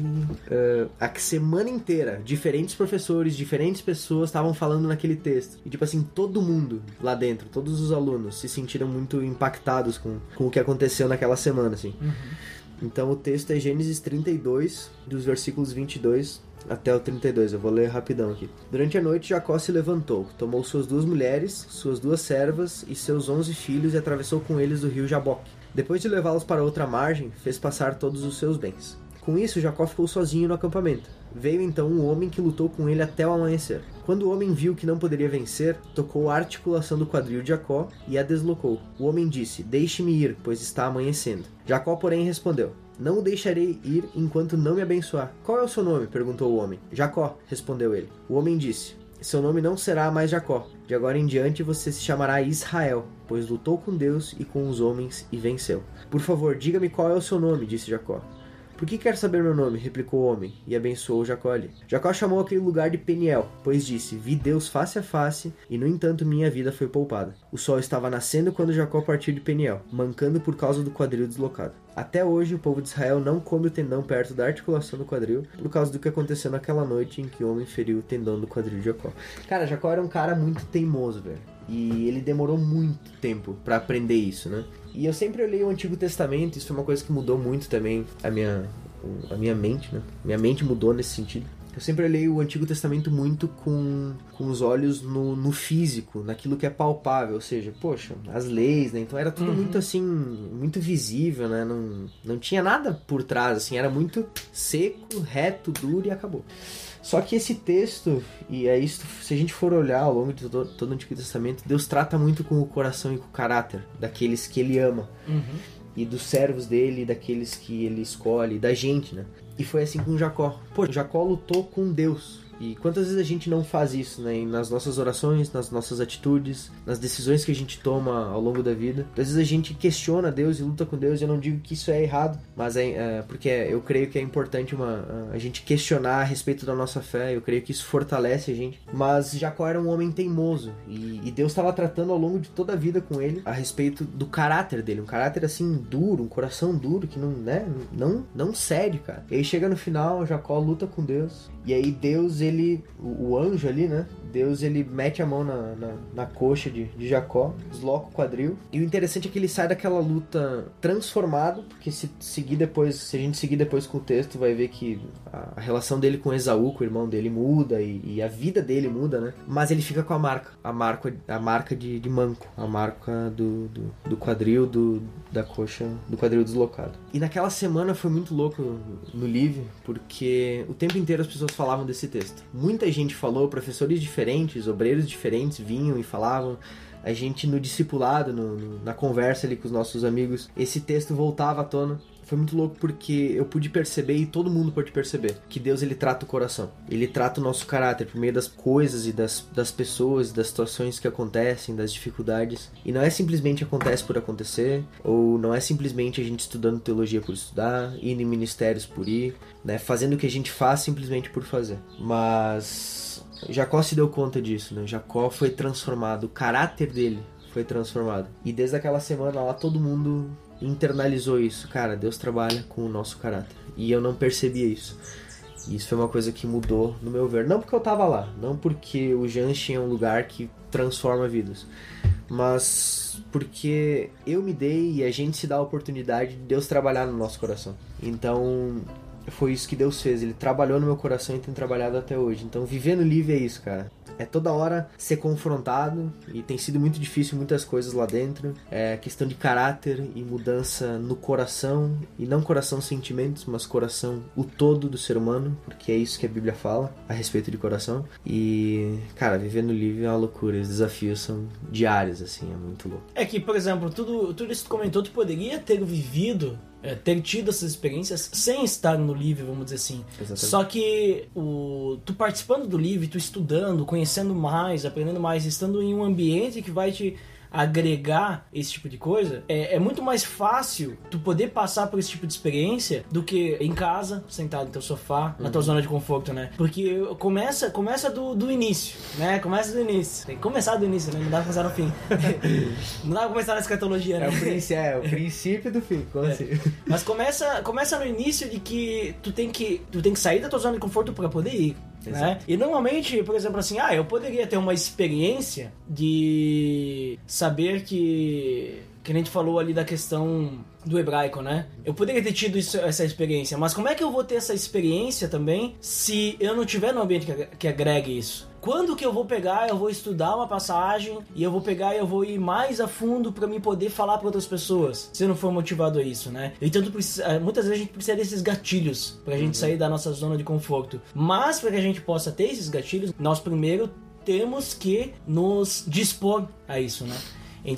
A semana inteira, diferentes professores, diferentes pessoas estavam falando naquele texto. E tipo assim, todo mundo lá dentro, todos os alunos se sentiram muito impactados com o que aconteceu naquela semana, assim. Então o texto é Gênesis 32, dos versículos 22 até o 32, eu vou ler rapidão aqui. Durante a noite Jacó se levantou, tomou suas 2 mulheres, suas 2 servas e seus 11 filhos e atravessou com eles o rio Jaboque. Depois de levá-los para outra margem, fez passar todos os seus bens. Com isso, Jacó ficou sozinho no acampamento. Veio então um homem que lutou com ele até o amanhecer. Quando o homem viu que não poderia vencer, tocou a articulação do quadril de Jacó e a deslocou. O homem disse, deixe-me ir, pois está amanhecendo. Jacó, porém, respondeu, não o deixarei ir enquanto não me abençoar. Qual é o seu nome? Perguntou o homem. Jacó, respondeu ele. O homem disse, seu nome não será mais Jacó. De agora em diante você se chamará Israel, pois lutou com Deus e com os homens e venceu. Por favor, diga-me qual é o seu nome, disse Jacó. Por que quer saber meu nome? Replicou o homem, e abençoou Jacó ali. Jacó chamou aquele lugar de Peniel, pois disse, vi Deus face a face, e no entanto minha vida foi poupada. O sol estava nascendo quando Jacó partiu de Peniel, mancando por causa do quadril deslocado. Até hoje o povo de Israel não come o tendão perto da articulação do quadril, por causa do que aconteceu naquela noite em que o homem feriu o tendão do quadril de Jacó. Cara, Jacó era um cara muito teimoso, velho. E ele demorou muito tempo pra aprender isso, né? E eu sempre olhei o Antigo Testamento, isso foi uma coisa que mudou muito também a minha mente, né? Minha mente mudou nesse sentido. Eu sempre olhei o Antigo Testamento muito com os olhos no físico, naquilo que é palpável, ou seja, poxa, as leis, né? Então era tudo muito assim, muito visível, né? Não tinha nada por trás, assim, era muito seco, reto, duro e acabou. Só que esse texto, e é isso, se a gente for olhar ao longo de todo o Antigo Testamento, Deus trata muito com o coração e com o caráter daqueles que Ele ama. E dos servos dele, daqueles que Ele escolhe, da gente, né? E foi assim com Jacó. Pô, Jacó lutou com Deus. E quantas vezes a gente não faz isso, né? Nas nossas orações, nas nossas atitudes, nas decisões que a gente toma ao longo da vida. Às vezes a gente questiona Deus e luta com Deus. E eu não digo que isso é errado, mas porque eu creio que é importante a gente questionar a respeito da nossa fé. Eu creio que isso fortalece a gente. Mas Jacó era um homem teimoso. E Deus estava tratando ao longo de toda a vida com ele a respeito do caráter dele. Um caráter assim duro, um coração duro que não cede, cara. E aí chega no final, Jacó luta com Deus. E aí Deus, o anjo ali, né? Deus, ele mete a mão na coxa de Jacó, desloca o quadril. E o interessante é que ele sai daquela luta transformado, porque se a gente seguir depois com o texto, vai ver que a relação dele com Esaú, com o irmão dele, muda e a vida dele muda, né? Mas ele fica com a marca de manco, a marca do quadril, da coxa, do quadril deslocado. E naquela semana foi muito louco no Live, porque o tempo inteiro as pessoas falavam desse texto. Muita gente falou, professores diferentes, obreiros diferentes vinham e falavam. A gente no discipulado, na conversa ali com os nossos amigos, esse texto voltava à tona. Foi muito louco porque eu pude perceber, e todo mundo pode perceber, que Deus, ele trata o coração. Ele trata o nosso caráter por meio das coisas e das pessoas, das situações que acontecem, das dificuldades. E não é simplesmente acontece por acontecer, ou não é simplesmente a gente estudando teologia por estudar, indo em ministérios por ir, né, fazendo o que a gente faz simplesmente por fazer. Mas Jacó se deu conta disso, né? Jacó foi transformado, o caráter dele foi transformado. E desde aquela semana lá, todo mundo internalizou isso. Cara, Deus trabalha com o nosso caráter. E eu não percebia isso. E isso foi uma coisa que mudou no meu ver. Não porque eu tava lá, não porque o Janschen é um lugar que transforma vidas, mas porque eu me dei e a gente se dá a oportunidade de Deus trabalhar no nosso coração. Então foi isso que Deus fez. Ele trabalhou no meu coração e tem trabalhado até hoje. Então viver no Live é isso, cara. é toda hora ser confrontado e tem sido muito difícil muitas coisas lá dentro. É questão de caráter e mudança no coração, e não coração sentimentos, mas coração, o todo do ser humano, porque é isso que a Bíblia fala a respeito de coração. E, cara, viver no livro é uma loucura, os desafios são diários, assim, é muito louco. É que, por exemplo, tudo isso que tu comentou, tu poderia ter vivido, ter tido essas experiências sem estar no livro, vamos dizer assim. Exatamente. Só que tu participando do livro, tu estudando, conhecendo mais, aprendendo mais, estando em um ambiente que vai te agregar esse tipo de coisa, é muito mais fácil tu poder passar por esse tipo de experiência do que em casa, sentado no teu sofá, na tua zona de conforto, né? Porque começa do início, né? Começa do início. Tem que começar do início, né? Não dá pra começar no fim. Não dá pra começar na escatologia, né? É o princípio do fim, como assim? Mas começa no início de que tu tem que sair da tua zona de conforto pra poder ir. Né? E normalmente, por exemplo, assim, eu poderia ter uma experiência de saber que a gente falou ali da questão do hebraico, né? Eu poderia ter tido essa experiência, mas como é que eu vou ter essa experiência também se eu não estiver num ambiente que agregue isso? Quando que eu vou pegar, eu vou estudar uma passagem e eu vou pegar e eu vou ir mais a fundo pra me poder falar pra outras pessoas, se eu não for motivado a isso, né? Então muitas vezes a gente precisa desses gatilhos pra gente sair da nossa zona de conforto. Mas pra que a gente possa ter esses gatilhos, nós primeiro temos que nos dispor a isso, né?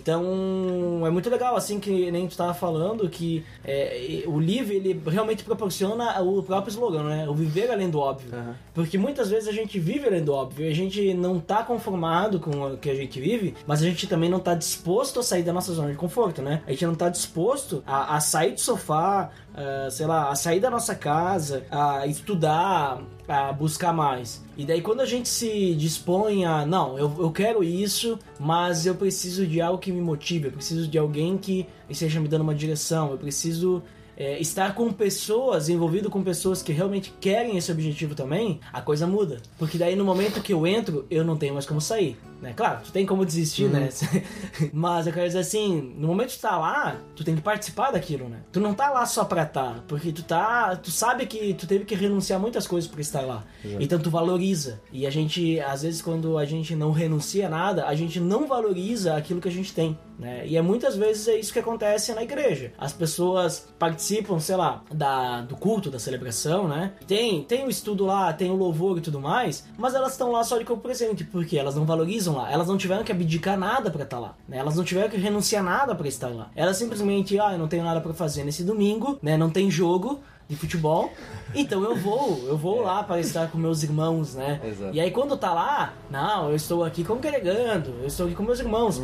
Então, é muito legal, assim, que nem tu estava falando, que o livro, ele realmente proporciona o próprio slogan, né? O viver além do óbvio. Uhum. Porque muitas vezes a gente vive além do óbvio, a gente não tá conformado com o que a gente vive, mas a gente também não tá disposto a sair da nossa zona de conforto, né? A gente não tá disposto a sair do sofá, a sair da nossa casa, a estudar, a buscar mais. E daí quando a gente se dispõe não, eu quero isso, mas eu preciso de algo que me motive, eu preciso de alguém que esteja me dando uma direção, eu preciso estar com pessoas, envolvido com pessoas que realmente querem esse objetivo também, a coisa muda. Porque daí no momento que eu entro, eu não tenho mais como sair, né? Claro, tu tem como desistir, né? Mas eu quero dizer assim, no momento que tu tá lá, tu tem que participar daquilo, né? Tu não tá lá só pra estar, porque tu sabe que tu teve que renunciar a muitas coisas pra estar lá. Exato. Então tu valoriza. E a gente, às vezes, quando a gente não renuncia a nada, a gente não valoriza aquilo que a gente tem, né? E muitas vezes é isso que acontece na igreja. As pessoas participam, sei lá, do culto, da celebração, né? Tem o estudo lá, tem o louvor e tudo mais, mas elas estão lá só de corpo presente, porque elas não valorizam lá. Elas não tiveram que abdicar nada pra estar lá, né? Elas não tiveram que renunciar nada pra estar lá. Elas simplesmente, eu não tenho nada pra fazer nesse domingo, né? Não tem jogo de futebol, então eu vou lá para estar com meus irmãos, né? Exato. E aí quando tá lá, não, eu estou aqui congregando, eu estou aqui com meus irmãos,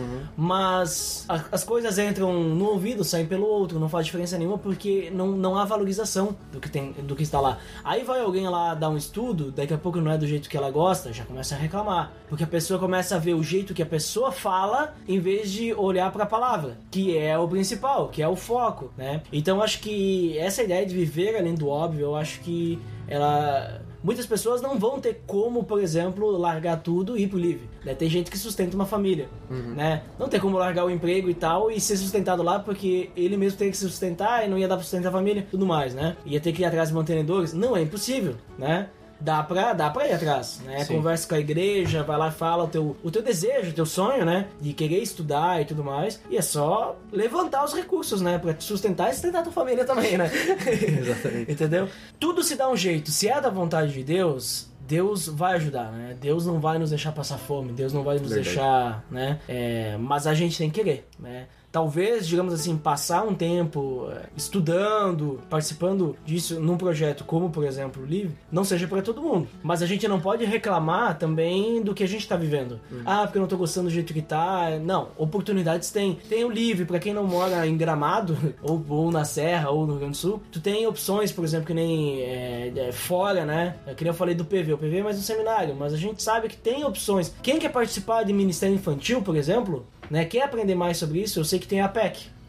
mas as coisas entram no ouvido, saem pelo outro, não faz diferença nenhuma, porque não há valorização do que está lá. Aí vai alguém lá dar um estudo, daqui a pouco não é do jeito que ela gosta, já começa a reclamar, porque a pessoa começa a ver o jeito que a pessoa fala, em vez de olhar para a palavra, que é o principal, que é o foco, né? Então acho que essa ideia de viver além do óbvio, eu acho que muitas pessoas não vão ter como, por exemplo, largar tudo e ir pro livre, né? Tem gente que sustenta uma família, né? Não tem como largar o emprego e tal e ser sustentado lá, porque ele mesmo tem que se sustentar e não ia dar pra sustentar a família, tudo mais, né? Ia ter que ir atrás de mantenedores. Não, é impossível, né? Dá pra ir atrás, né? Sim. Conversa com a igreja, vai lá e fala o teu desejo, o teu sonho, né? De querer estudar e tudo mais. E é só levantar os recursos, né? Pra te sustentar e sustentar a tua família também, né? Exatamente. Entendeu? Tudo se dá um jeito. Se é da vontade de Deus, Deus vai ajudar, né? Deus não vai nos deixar passar fome, Deus não vai nos deixar, né? Mas a gente tem que querer, né? Talvez, digamos assim, passar um tempo estudando, participando disso num projeto como, por exemplo, o Livre, não seja para todo mundo. Mas a gente não pode reclamar também do que a gente está vivendo. Porque eu não tô gostando do jeito que tá. Não, oportunidades tem. Tem o Livre, para quem não mora em Gramado, ou na Serra, ou no Rio Grande do Sul. Tu tem opções, por exemplo, que nem fora, né? Que nem eu falei do PV. O PV é mais um seminário, mas a gente sabe que tem opções. Quem quer participar de Ministério Infantil, por exemplo, né, quer aprender mais sobre isso, eu sei que tem a PEC.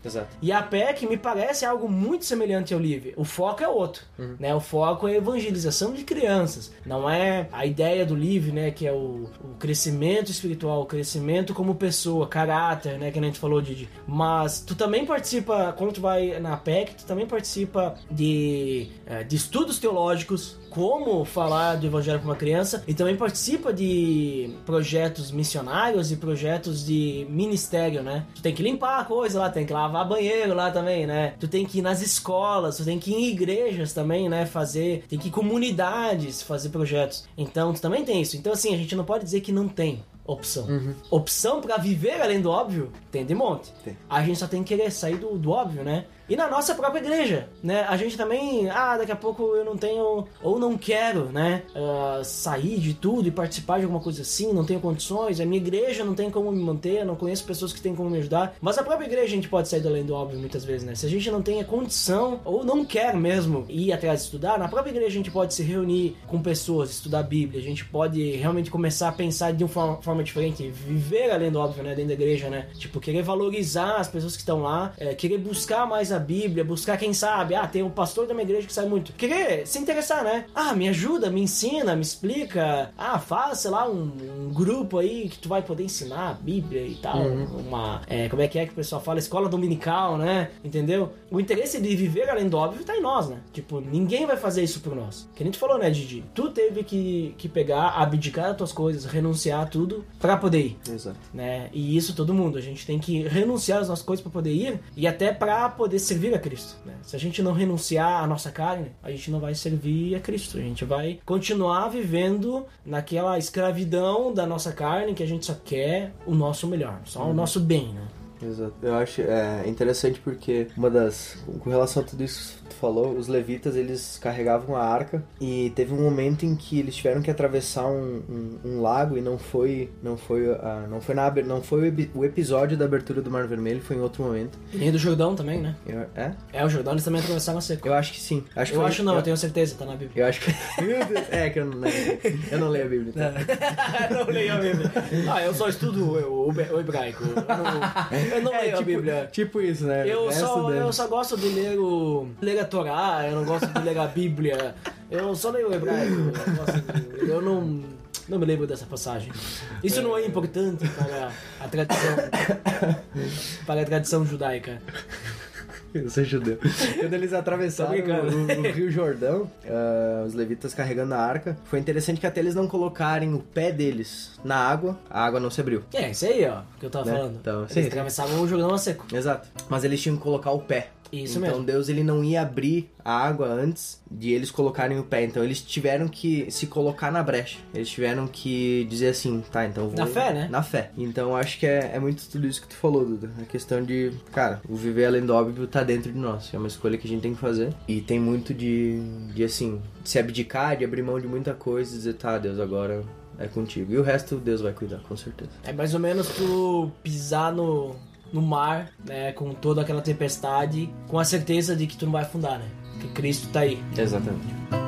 Exato. E a PEC me parece algo muito semelhante ao LIVE. O foco é outro, né? O foco é a evangelização de crianças. Não é a ideia do LIVE, né? Que é o crescimento espiritual, o crescimento como pessoa, caráter, né? Que a gente falou, Didi. Mas tu também participa, quando tu vai na PEC, tu também participa de estudos teológicos, como falar do evangelho para uma criança, e também participa de projetos missionários e projetos de ministério, né? Tu tem que limpar a coisa lá, tem que lavar banheiro lá também, né? Tu tem que ir nas escolas, tu tem que ir em igrejas também, né? Tem que ir em comunidades fazer projetos. Então, tu também tem isso. Então, assim, a gente não pode dizer que não tem opção. Opção pra viver além do óbvio, tem de monte. Tem. A gente só tem que querer sair do óbvio, né? E na nossa própria igreja, né? A gente também, daqui a pouco eu não tenho, ou não quero, né? Sair de tudo e participar de alguma coisa assim, não tenho condições, a minha igreja não tem como me manter, não conheço pessoas que têm como me ajudar. Mas a própria igreja a gente pode sair do além do óbvio muitas vezes, né? Se a gente não tem a condição, ou não quer mesmo ir atrás de estudar, na própria igreja a gente pode se reunir com pessoas, estudar a Bíblia, a gente pode realmente começar a pensar de uma forma diferente, viver além do óbvio, né? Dentro da igreja, né? Tipo, querer valorizar as pessoas que estão lá, querer buscar mais a Bíblia, buscar quem sabe, tem um pastor da minha igreja que sabe muito, querer se interessar, né? Me ajuda, me ensina, me explica, faz, sei lá, um grupo aí que tu vai poder ensinar a Bíblia e tal, como é que o pessoal fala, escola dominical, né? Entendeu? O interesse de viver além do óbvio tá em nós, né? Tipo, ninguém vai fazer isso por nós. Que a gente falou, né, Didi? Tu teve que pegar, abdicar das tuas coisas, renunciar a tudo pra poder ir. Exato. Né? E isso todo mundo, a gente tem que renunciar às nossas coisas pra poder ir e até pra poder servir a Cristo, né? Se a gente não renunciar à nossa carne, a gente não vai servir a Cristo, a gente vai continuar vivendo naquela escravidão da nossa carne, que a gente só quer o nosso melhor, só o nosso bem, né? Exato. Eu acho interessante porque com relação a tudo isso que tu falou, os levitas, eles carregavam a arca e teve um momento em que eles tiveram que atravessar um lago e não foi o episódio da abertura do Mar Vermelho, foi em outro momento. E nem do Jordão também, né? O Jordão eles também atravessaram a seco. Eu acho que sim. Eu tenho certeza, tá na Bíblia. Eu acho que... Meu Deus, que eu não leio a Bíblia. Então. Não leio a Bíblia. Eu só estudo o hebraico. Eu não leio a Bíblia. Tipo isso, né? Eu só gosto de ler a Torá, eu não gosto de ler a Bíblia. Eu só leio o hebraico. Eu não me lembro dessa passagem. Isso não é importante para a tradição judaica. Eu sou judeu. Quando eles atravessaram o Rio Jordão, os levitas carregando a arca, foi interessante que até eles não colocarem o pé deles na água, a água não se abriu. Isso aí, que eu tava falando. Então, eles atravessavam o Jordão a seco. Exato. Mas eles tinham que colocar o pé. Isso então mesmo. Deus, ele não ia abrir a água antes de eles colocarem o pé. Então eles tiveram que se colocar na brecha. Eles tiveram que dizer assim, então vou... Na fé, né? Na fé. Então acho que é muito tudo isso que tu falou, Duda. A questão de, o viver além do óbvio tá dentro de nós. É uma escolha que a gente tem que fazer. E tem muito de assim, se abdicar, de abrir mão de muita coisa e dizer, Deus, agora é contigo. E o resto Deus vai cuidar, com certeza. É mais ou menos tu pisar no mar, né, com toda aquela tempestade, com a certeza de que tu não vai afundar, né? Que Cristo tá aí. Exatamente.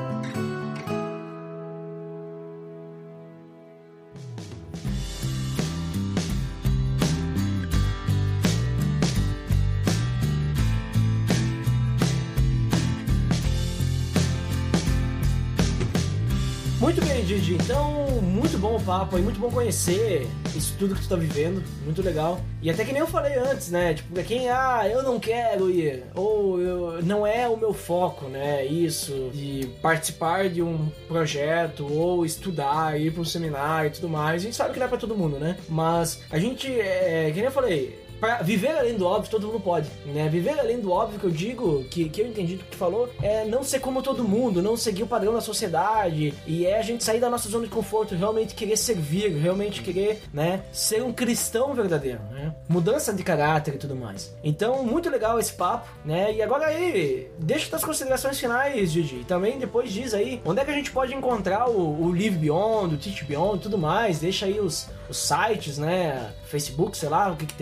Muito bem, Didi. Então, muito bom o papo aí, muito bom conhecer isso tudo que tu tá vivendo, muito legal. E até que nem eu falei antes, né? Tipo, pra quem, eu não quero ir, ou não é o meu foco, né? Isso, de participar de um projeto, ou estudar, ir pra um seminário e tudo mais. A gente sabe que não é pra todo mundo, né? Mas a gente, que nem eu falei, pra viver além do óbvio, todo mundo pode, né? Viver além do óbvio, que eu digo, que eu entendi do que tu falou, é não ser como todo mundo, não seguir o padrão da sociedade, e é a gente sair da nossa zona de conforto, realmente querer servir, realmente querer, né, ser um cristão verdadeiro, né? Mudança de caráter e tudo mais. Então, muito legal esse papo, né? E agora aí, deixa tuas considerações finais, Didi. Também depois diz aí, onde é que a gente pode encontrar o Live Beyond, o Teach Beyond e tudo mais. Deixa aí os sites, né? Facebook, sei lá, o que tem, pra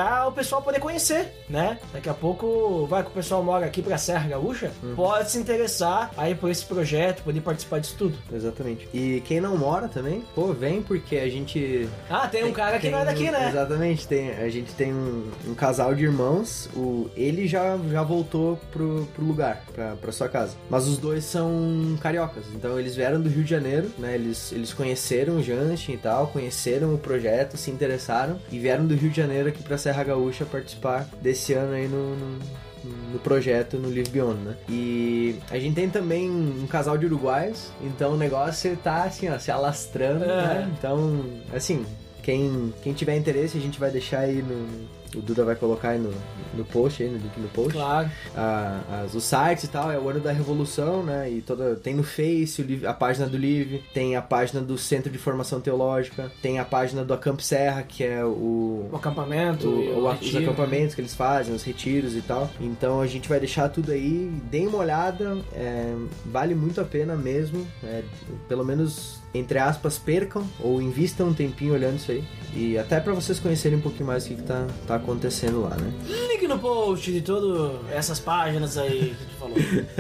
pra o pessoal poder conhecer, né? Daqui a pouco vai que o pessoal mora aqui pra Serra Gaúcha, pode se interessar aí por esse projeto, poder participar disso tudo. Exatamente. E quem não mora também, pô, vem porque a gente... Ah, tem um cara que não é daqui, né? Exatamente, a gente tem um casal de irmãos, ele já voltou pro lugar, pra sua casa. Mas os dois são cariocas, então eles vieram do Rio de Janeiro, né? Eles conheceram o Justin e tal, conheceram o projeto, se interessaram e vieram do Rio de Janeiro aqui pra Serra Gaúcha participar desse ano aí no projeto, no Live Beyond, né? E a gente tem também um casal de uruguaios, então o negócio tá assim, ó, se alastrando, né? Então, assim, quem tiver interesse, a gente vai deixar aí o Duda vai colocar aí no post, aí, no link no post. Claro. Os sites e tal, é o ano da revolução, né? E tem no Face a página do Live, tem a página do Centro de Formação Teológica, tem a página do Acamp Serra, que é o acampamento, os acampamentos que eles fazem, os retiros e tal. Então a gente vai deixar tudo aí, deem uma olhada, vale muito a pena mesmo, pelo menos, entre aspas, percam ou invistam um tempinho olhando isso aí. E até pra vocês conhecerem um pouquinho mais o que tá acontecendo lá, né? Link no post de todas essas páginas aí que tu falou.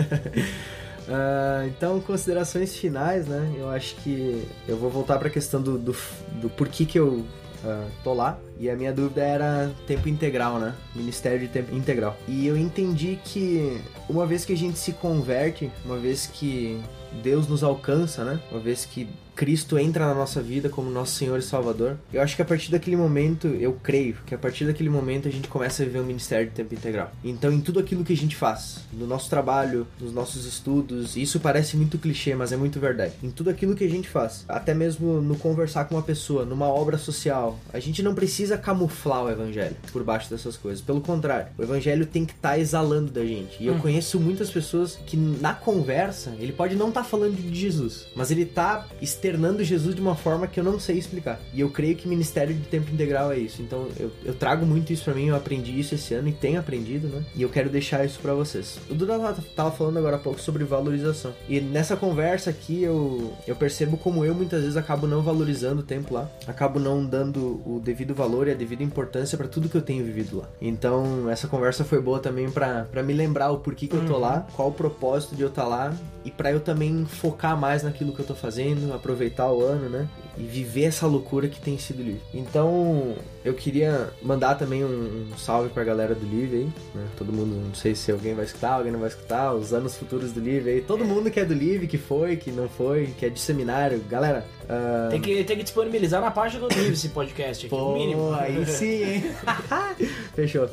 Então, considerações finais, né? Eu acho que eu vou voltar pra questão do porquê que eu tô lá. E a minha dúvida era tempo integral, né? Ministério de tempo integral. E eu entendi que uma vez que a gente se converte, uma vez que Deus nos alcança, né? Uma vez que Cristo entra na nossa vida como nosso Senhor e Salvador, eu acho que a partir daquele momento, eu creio que a partir daquele momento a gente começa a viver um ministério de tempo integral. Então, em tudo aquilo que a gente faz, no nosso trabalho, nos nossos estudos, isso parece muito clichê, mas é muito verdade. Em tudo aquilo que a gente faz, até mesmo no conversar com uma pessoa, numa obra social, a gente não precisa camuflar o evangelho por baixo dessas coisas. Pelo contrário, o evangelho tem que estar exalando da gente. E eu conheço muitas pessoas que na conversa, ele pode não estar falando de Jesus, mas ele tá externando Jesus de uma forma que eu não sei explicar. E eu creio que ministério de tempo integral é isso. Então eu trago muito isso pra mim, eu aprendi isso esse ano e tenho aprendido, né? E eu quero deixar isso pra vocês. O Duda tava falando agora há pouco sobre valorização. E nessa conversa aqui eu percebo como eu muitas vezes acabo não valorizando o tempo lá. Acabo não dando o devido valor e a devida importância pra tudo que eu tenho vivido lá. Então essa conversa foi boa também pra me lembrar o porquê que eu tô lá, qual o propósito de eu estar lá e pra eu também focar mais naquilo que eu tô fazendo, aproveitar o ano, né? E viver essa loucura que tem sido o Live. Então, eu queria mandar também um salve pra galera do Live aí, né? Todo mundo, não sei se alguém vai escutar, alguém não vai escutar, os anos futuros do Live aí. Todo mundo que é do Live, que foi, que não foi, que é de seminário. Galera... Tem que disponibilizar na página do Live esse podcast aqui, no mínimo. Aí sim, hein? Fechou.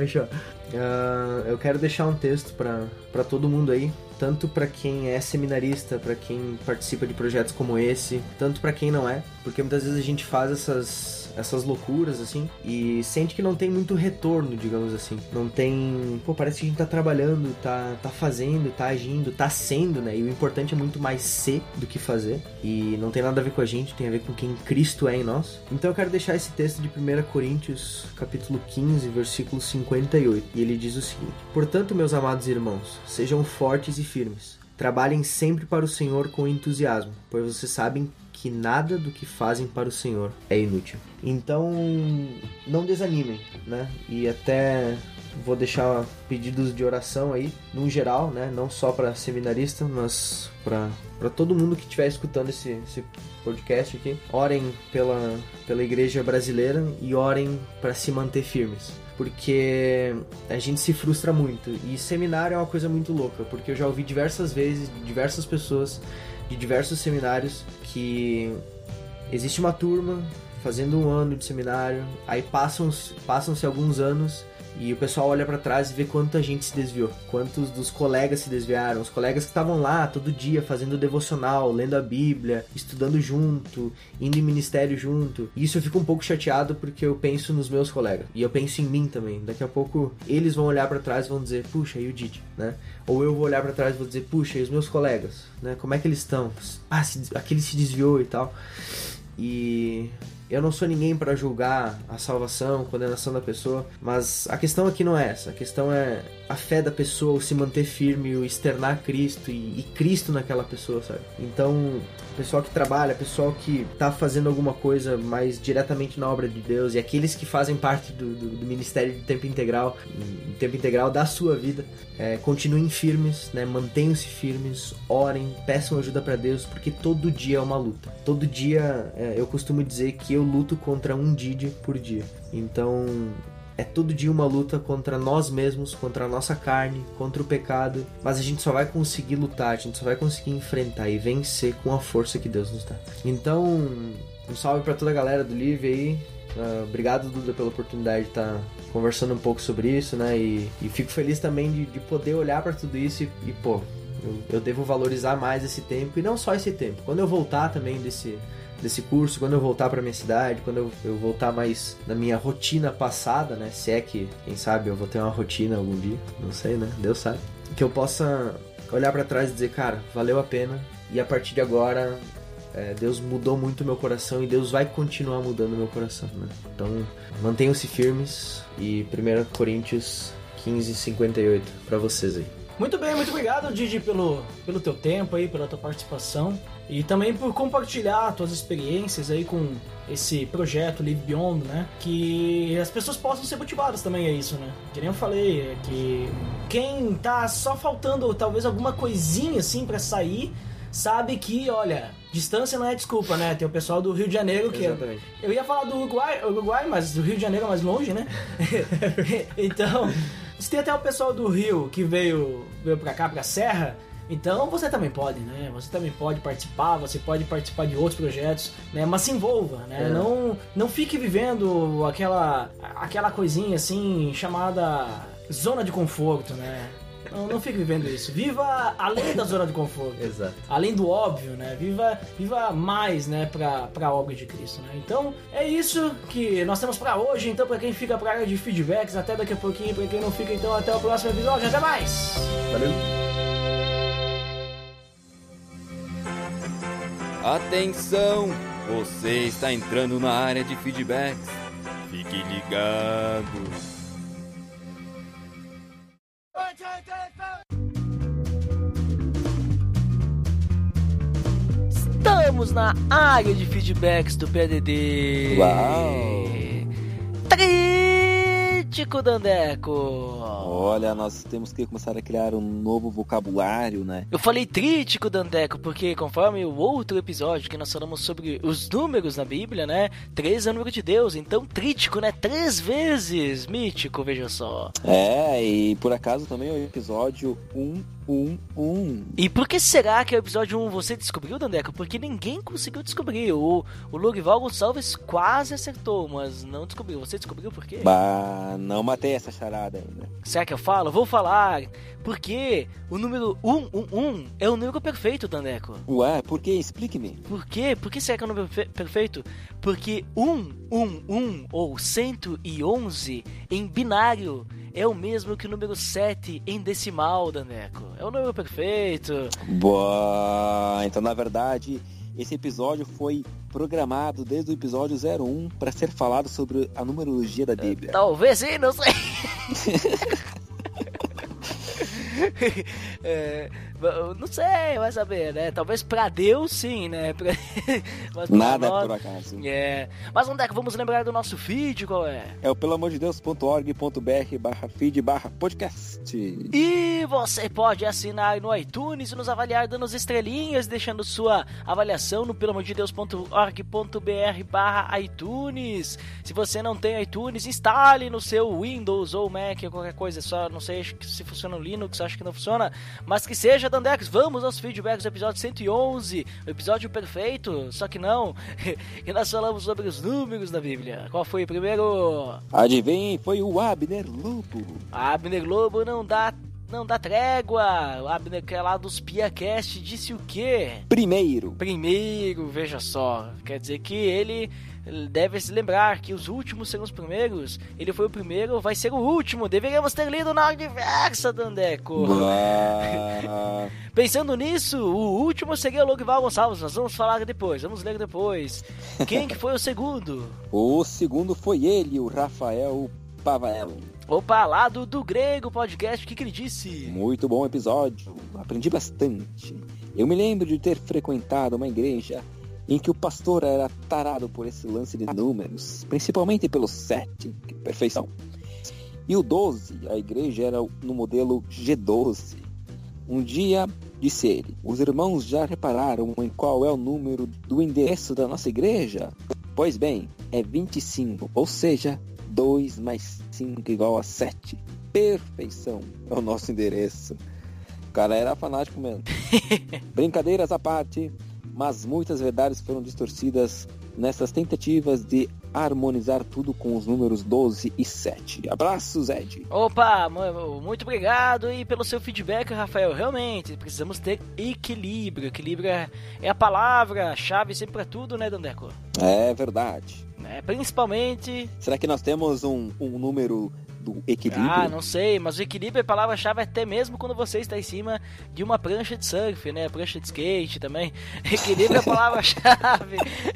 Eu quero deixar um texto pra todo mundo aí, tanto pra quem é seminarista, pra quem participa de projetos como esse, tanto pra quem não é, porque muitas vezes a gente faz essas loucuras, assim, e sente que não tem muito retorno, digamos assim. Não tem... parece que a gente tá trabalhando, tá fazendo, tá agindo, tá sendo, né? E o importante é muito mais ser do que fazer. E não tem nada a ver com a gente, tem a ver com quem Cristo é em nós. Então eu quero deixar esse texto de 1 Coríntios, capítulo 15, versículo 58. E ele diz o seguinte: portanto, meus amados irmãos, sejam fortes e firmes. Trabalhem sempre para o Senhor com entusiasmo, pois vocês sabem que nada do que fazem para o Senhor é inútil. Então, não desanimem, né? E até vou deixar pedidos de oração aí, no geral, né? Não só para seminarista, mas para todo mundo que estiver escutando esse podcast aqui. Orem pela igreja brasileira e orem para se manter firmes. Porque a gente se frustra muito. E seminário é uma coisa muito louca, porque eu já ouvi diversas vezes de diversas pessoas de diversos seminários que existe uma turma fazendo um ano de seminário, aí passam-se alguns anos e o pessoal olha pra trás e vê quanta gente se desviou, quantos dos colegas se desviaram, os colegas que estavam lá todo dia fazendo devocional, lendo a Bíblia, estudando junto, indo em ministério junto. E isso eu fico um pouco chateado porque eu penso nos meus colegas e eu penso em mim também. Daqui a pouco eles vão olhar pra trás e vão dizer, puxa, e o Didi, né? Ou eu vou olhar pra trás e vou dizer, puxa, e os meus colegas, né? Como é que eles estão? Aquele se desviou e tal. E Eu não sou ninguém para julgar a salvação, a condenação da pessoa, mas a questão aqui não é essa. A questão é a fé da pessoa, o se manter firme, o externar Cristo e Cristo naquela pessoa, sabe? Então, o pessoal que trabalha, o pessoal que tá fazendo alguma coisa mais diretamente na obra de Deus, e aqueles que fazem parte do ministério de tempo integral da sua vida, continuem firmes, né? Mantenham-se firmes, orem, peçam ajuda para Deus, porque todo dia é uma luta. Todo dia, eu costumo dizer que eu luto contra um Didi por dia. Então, é todo dia uma luta contra nós mesmos, contra a nossa carne, contra o pecado, mas a gente só vai conseguir lutar, a gente só vai conseguir enfrentar e vencer com a força que Deus nos dá. Então, um salve para toda a galera do Live aí. Obrigado, Duda, pela oportunidade de estar conversando um pouco sobre isso, né? E fico feliz também de poder olhar para tudo isso e pô, eu devo valorizar mais esse tempo, e não só esse tempo. Quando eu voltar também desse curso, quando eu voltar pra minha cidade, quando eu voltar mais na minha rotina passada, né? Se é que, quem sabe, eu vou ter uma rotina algum dia, não sei, né? Deus sabe. Que eu possa olhar pra trás e dizer, cara, valeu a pena, e a partir de agora, Deus mudou muito o meu coração e Deus vai continuar mudando o meu coração, né? Então, mantenham-se firmes, e 1 Coríntios 15:58 pra vocês aí. Muito bem, muito obrigado, Didi, pelo teu tempo aí, pela tua participação e também por compartilhar tuas experiências aí com esse projeto Live Beyond, né? Que as pessoas possam ser motivadas também a isso, né? Que nem eu falei, é que quem tá só faltando talvez alguma coisinha assim pra sair, sabe que, olha, distância não é desculpa, né? Tem o pessoal do Rio de Janeiro que... Exatamente. Eu ia falar do Uruguai, mas do Rio de Janeiro é mais longe, né? Então... Se tem até o pessoal do Rio que veio pra cá, pra Serra, então você também pode, né? Você também pode participar, você pode participar de outros projetos, né? Mas se envolva, né? Não fique vivendo aquela coisinha assim, chamada zona de conforto, né? Não fique vivendo isso. Viva além da zona de conforto. Exato. Além do óbvio, né? Viva mais, né? Pra obra de Cristo, né? Então, é isso que nós temos pra hoje. Então, pra quem fica pra área de feedbacks, até daqui a pouquinho. Pra quem não fica, então, até o próximo episódio. Até mais! Valeu! Atenção! Você está entrando na área de feedbacks. Fique ligado! Estamos na área de feedbacks do PDD. Uau! Crítico Dandeco. Olha, nós temos que começar a criar um novo vocabulário, né? Eu falei trítico, Dandeco, porque conforme o outro episódio que nós falamos sobre os números na Bíblia, né? 3 é o número de Deus, então trítico, né? 3 vezes mítico, veja só. E por acaso também é o episódio 1. E por que será que é o episódio 1 você descobriu, Dandeco? Porque ninguém conseguiu descobrir. O Lourival Gonçalves quase acertou, mas não descobriu. Você descobriu por quê? Bah, não matei essa charada ainda. Será que eu falo? Vou falar. Porque o número 111 é o número perfeito, Dandeco. Ué, por quê? Explique-me. Por quê? Por que será que é o número perfeito? Porque 111 ou 111 em binário é o mesmo que o número 7 em decimal, Dandeco. É o número perfeito. Boa, então na verdade esse episódio foi programado desde o episódio 01 para ser falado sobre a numerologia da Bíblia. Talvez sim, não sei. Não sei, vai saber, né? Talvez pra Deus sim, né? Mas nada nós... é por acaso. Mas onde é que vamos lembrar do nosso feed, qual é? É o pelamordedeus.org.br/feed/podcast. E você pode assinar no iTunes e nos avaliar dando as estrelinhas, deixando sua avaliação no pelamordedeus.org.br/iTunes. Se você não tem iTunes, instale no seu Windows ou Mac ou qualquer coisa, só não sei se funciona no Linux, acho que não funciona, mas que seja, Dandex. Vamos aos feedbacks do episódio 111, o episódio perfeito, só que não, e nós falamos sobre os números da Bíblia. Qual foi o primeiro? Adivinhe, foi o Abner Lobo. Abner Lobo não dá não dá trégua. O Abner, que é lá dos PiaCast, disse o quê? Primeiro, Veja só. Quer dizer que ele deve se lembrar que os últimos serão os primeiros. Ele foi o primeiro, vai ser o último. Deveríamos ter lido na ordem inversa, Dandeco. Pensando nisso, o último seria o Logival Gonçalves. Nós vamos falar depois, vamos ler depois. Quem que foi o segundo? O segundo foi ele, o Rafael Pavel. Opa, lá do Grego Podcast, o que ele disse? Muito bom episódio, aprendi bastante. Eu me lembro de ter frequentado uma igreja em que o pastor era tarado por esse lance de números, principalmente pelo 7, que perfeição. E o 12, a igreja era no modelo G12. Um dia, disse ele, os irmãos já repararam em qual é o número do endereço da nossa igreja? Pois bem, é 25, ou seja, 2 mais 5 igual a 7. Perfeição é o nosso endereço. O cara era fanático mesmo. Brincadeiras à parte, mas muitas verdades foram distorcidas nessas tentativas de harmonizar tudo com os números 12 e 7. Abraços, Ed. Opa, muito obrigado e pelo seu feedback, Rafael. Realmente, precisamos ter equilíbrio. Equilíbrio é a palavra-chave sempre para tudo, né, Dandeco? É verdade. Principalmente... Será que nós temos um número do equilíbrio? Ah, não sei, mas o equilíbrio é a palavra-chave até mesmo quando você está em cima de uma prancha de surf, né? Prancha de skate também. Equilíbrio é a palavra-chave.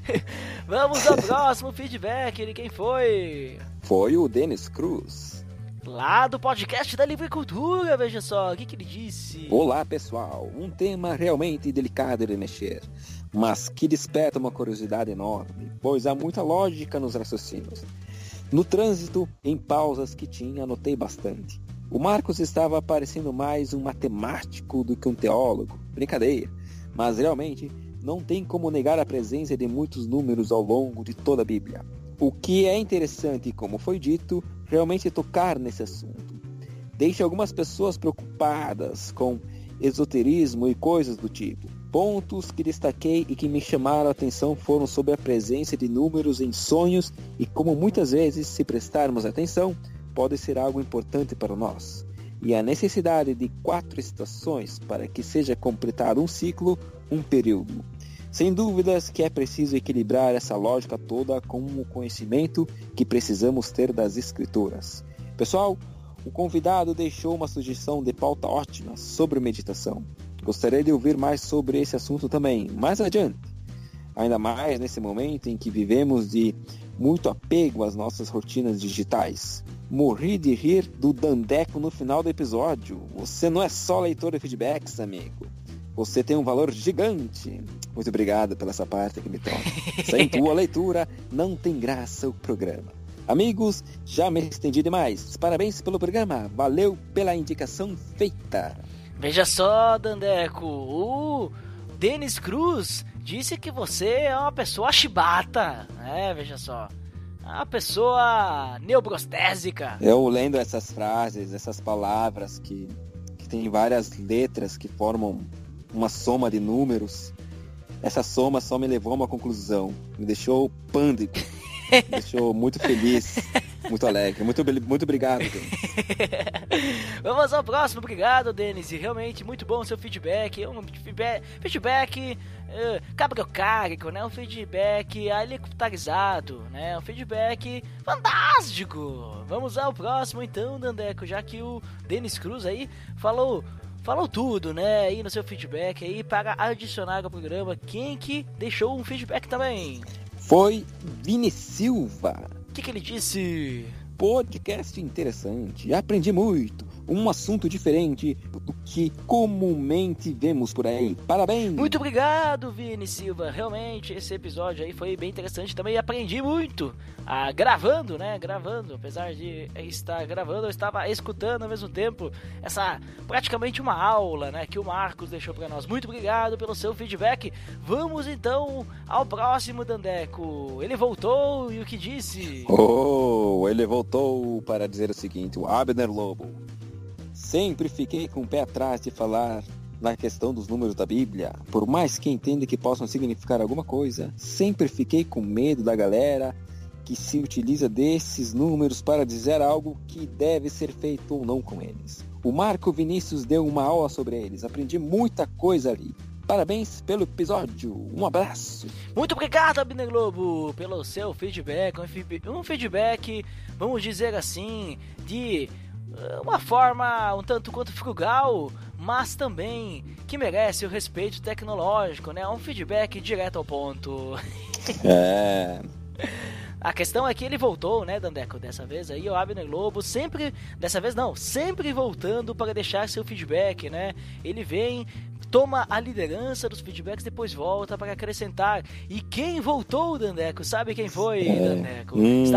Vamos ao próximo feedback. De quem foi? Foi o Denis Cruz. Lá do podcast da Livre Cultura, veja só. O que ele disse? Olá, pessoal. Um tema realmente delicado de mexer, mas que desperta uma curiosidade enorme, pois há muita lógica nos raciocínios. No trânsito, em pausas que tinha, anotei bastante. O Marcos estava parecendo mais um matemático do que um teólogo. Brincadeira. Mas realmente, não tem como negar a presença de muitos números ao longo de toda a Bíblia. O que é interessante, como foi dito, realmente tocar nesse assunto. Deixa algumas pessoas preocupadas com esoterismo e coisas do tipo. Pontos que destaquei e que me chamaram a atenção foram sobre a presença de números em sonhos e como muitas vezes, se prestarmos atenção, pode ser algo importante para nós. E a necessidade de 4 estações para que seja completado um ciclo, um período. Sem dúvidas que é preciso equilibrar essa lógica toda com o conhecimento que precisamos ter das escrituras. Pessoal, o convidado deixou uma sugestão de pauta ótima sobre meditação. Gostaria de ouvir mais sobre esse assunto também, mais adiante. Ainda mais nesse momento em que vivemos de muito apego às nossas rotinas digitais. Morri de rir do Dandeco no final do episódio. Você não é só leitor de feedbacks, amigo. Você tem um valor gigante. Muito obrigado pela essa parte que me toca. Sem tua leitura, não tem graça o programa. Amigos, já me estendi demais. Parabéns pelo programa. Valeu pela indicação feita. Veja só, Dandeco, o Denis Cruz disse que você é uma pessoa chibata, né? Veja só, uma pessoa neobrostésica. Eu lendo essas frases, essas palavras que tem várias letras que formam uma soma de números, essa soma só me levou a uma conclusão, me deixou pânico, me deixou muito feliz. Muito alegre. Muito obrigado, Denis. Vamos ao próximo. Obrigado, Denis. E realmente muito bom o seu feedback. Um feedback cabriocárico, né? Um feedback helicopterizado, né? Um feedback fantástico. Vamos ao próximo então, Dandeco. Já que o Denis Cruz aí falou tudo, né? Aí no seu feedback aí para adicionar ao programa. Quem que deixou um feedback também? Foi Vini Silva. O que ele disse? Podcast interessante, aprendi muito, um assunto diferente do que comumente vemos por aí. Parabéns! Muito obrigado, Vini Silva. Realmente, esse episódio aí foi bem interessante. Também aprendi muito gravando, né? Gravando. Apesar de estar gravando, eu estava escutando ao mesmo tempo essa praticamente uma aula, né? Que o Marcos deixou para nós. Muito obrigado pelo seu feedback. Vamos então ao próximo, Dandeco. Ele voltou e o que disse? Ele voltou para dizer o seguinte, o Abner Lobo. Sempre fiquei com o pé atrás de falar na questão dos números da Bíblia. Por mais que entenda que possam significar alguma coisa, sempre fiquei com medo da galera que se utiliza desses números para dizer algo que deve ser feito ou não com eles. O Marco Vinícius deu uma aula sobre eles. Aprendi muita coisa ali. Parabéns pelo episódio. Um abraço. Muito obrigado, Abner Globo, pelo seu feedback. Um feedback, vamos dizer assim, de uma forma um tanto quanto frugal, mas também que merece o respeito tecnológico, né? Um feedback direto ao ponto. É... A questão é que ele voltou, né, Dandeco, dessa vez aí, o Abner Globo, sempre, dessa vez não, sempre voltando para deixar seu feedback, né? Ele vem, toma a liderança dos feedbacks, depois volta para acrescentar. E quem voltou, Dandeco? Sabe quem foi, Dandeco?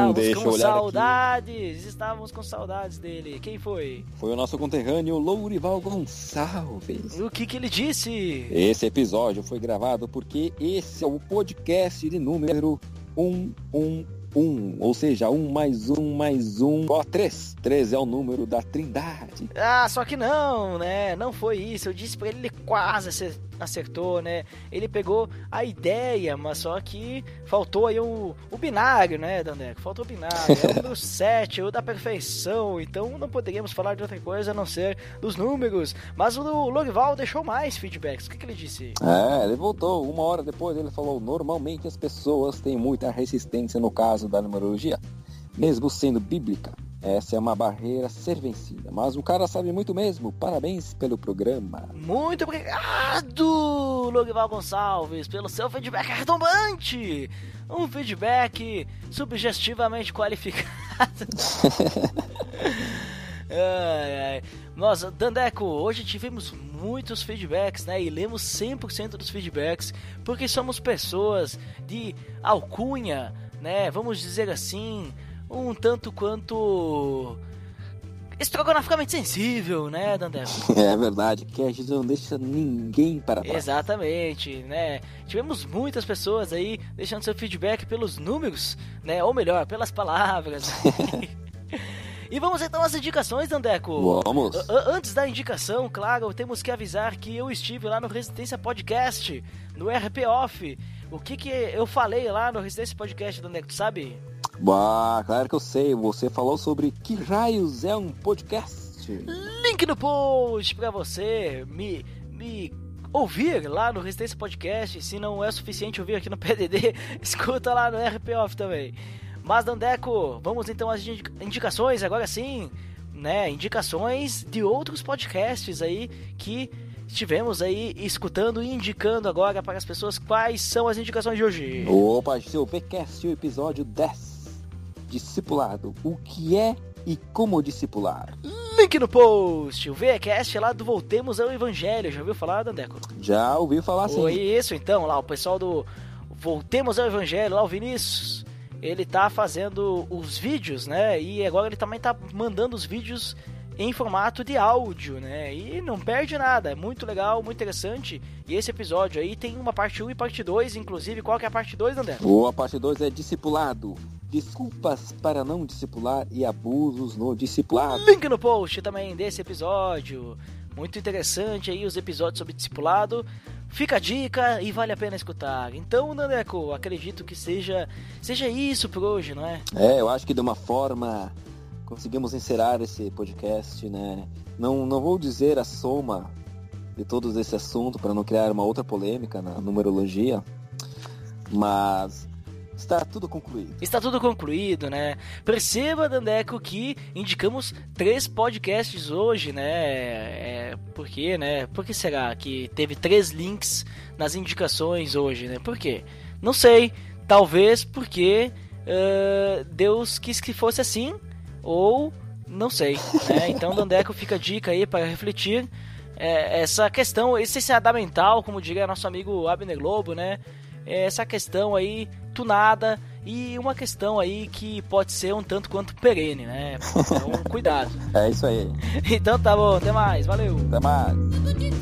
Estávamos com saudades dele. Quem foi? Foi o nosso conterrâneo Lourival Gonçalves. O que ele disse? Esse episódio foi gravado porque esse é o podcast de número 111, ou seja, 1 mais 1 mais 1 igual a 3. 3 é o número da Trindade. Ah, só que não, né? Não foi isso. Eu disse pra ele, ele quase acertou, né? Ele pegou a ideia, mas só que faltou aí o binário, né, Dandeco? Faltou o binário. É o número 7, o da perfeição. Então não poderíamos falar de outra coisa a não ser dos números. Mas o Lourival deixou mais feedbacks. O que ele disse? Ele voltou. 1 hora depois ele falou: normalmente as pessoas têm muita resistência no caso da numerologia, mesmo sendo bíblica. Essa é uma barreira a ser vencida, mas o cara sabe muito mesmo. Parabéns pelo programa. Muito obrigado, Lourival Gonçalves, pelo seu feedback retumbante. Um feedback sugestivamente qualificado. Nossa, Dandeco, hoje tivemos muitos feedbacks, né? E lemos 100% dos feedbacks, porque somos pessoas de alcunha, né? Vamos dizer assim, um tanto quanto estrogonoficamente sensível, né, Dandeco? É verdade, que a gente não deixa ninguém para trás. Exatamente, né? Tivemos muitas pessoas aí deixando seu feedback pelos números, né? Ou melhor, pelas palavras. E vamos então às indicações, Dandeco. Vamos. Antes da indicação, claro, temos que avisar que eu estive lá no Resistência Podcast, no RP Off. O que eu falei lá no Resistência Podcast, Dandeco, tu sabe? Claro que eu sei. Você falou sobre que raios é um podcast. Link no post pra você me ouvir lá no Resistência Podcast. Se não é suficiente ouvir aqui no PDD, escuta lá no RP Off também. Mas, Dandeco, vamos então às indicações, agora sim, né? Indicações de outros podcasts aí que estivemos aí escutando e indicando agora para as pessoas. Quais são as indicações de hoje? Opa, seu VCast, o episódio 10. Discipulado. O que é e como discipular? Link no post. O VCast lá do Voltemos ao Evangelho. Já ouviu falar, Dandeco? Já ouvi falar, sim. Foi isso, então, lá o pessoal do Voltemos ao Evangelho, lá o Vinícius, ele tá fazendo os vídeos, né? E agora ele também tá mandando os vídeos em formato de áudio, né? E não perde nada, é muito legal, muito interessante. E esse episódio aí tem uma parte 1 e parte 2, inclusive. Qual que é a parte 2, André? A parte 2 é discipulado. Desculpas para não discipular e abusos no discipulado. Link no post também desse episódio. Muito interessante aí os episódios sobre discipulado. Fica a dica e vale a pena escutar. Então, Dandeco, acredito que seja isso por hoje, não é? Eu acho que de uma forma conseguimos encerrar esse podcast, né? Não vou dizer a soma de todos esse assunto para não criar uma outra polêmica na numerologia, mas está tudo concluído. Está tudo concluído, né? Perceba, Dandeco, que indicamos 3 podcasts hoje, né? Por quê, né? Por que será que teve 3 links nas indicações hoje, né? Por quê? Não sei. Talvez porque Deus quis que fosse assim, ou não sei, né? Então, Dandeco, fica a dica aí para refletir essa questão essencialidade mental, como diria nosso amigo Abner Globo, né? Essa questão aí tunada e uma questão aí que pode ser um tanto quanto perene, né? Então, cuidado. É isso aí. Então tá bom, até mais, valeu. Até mais.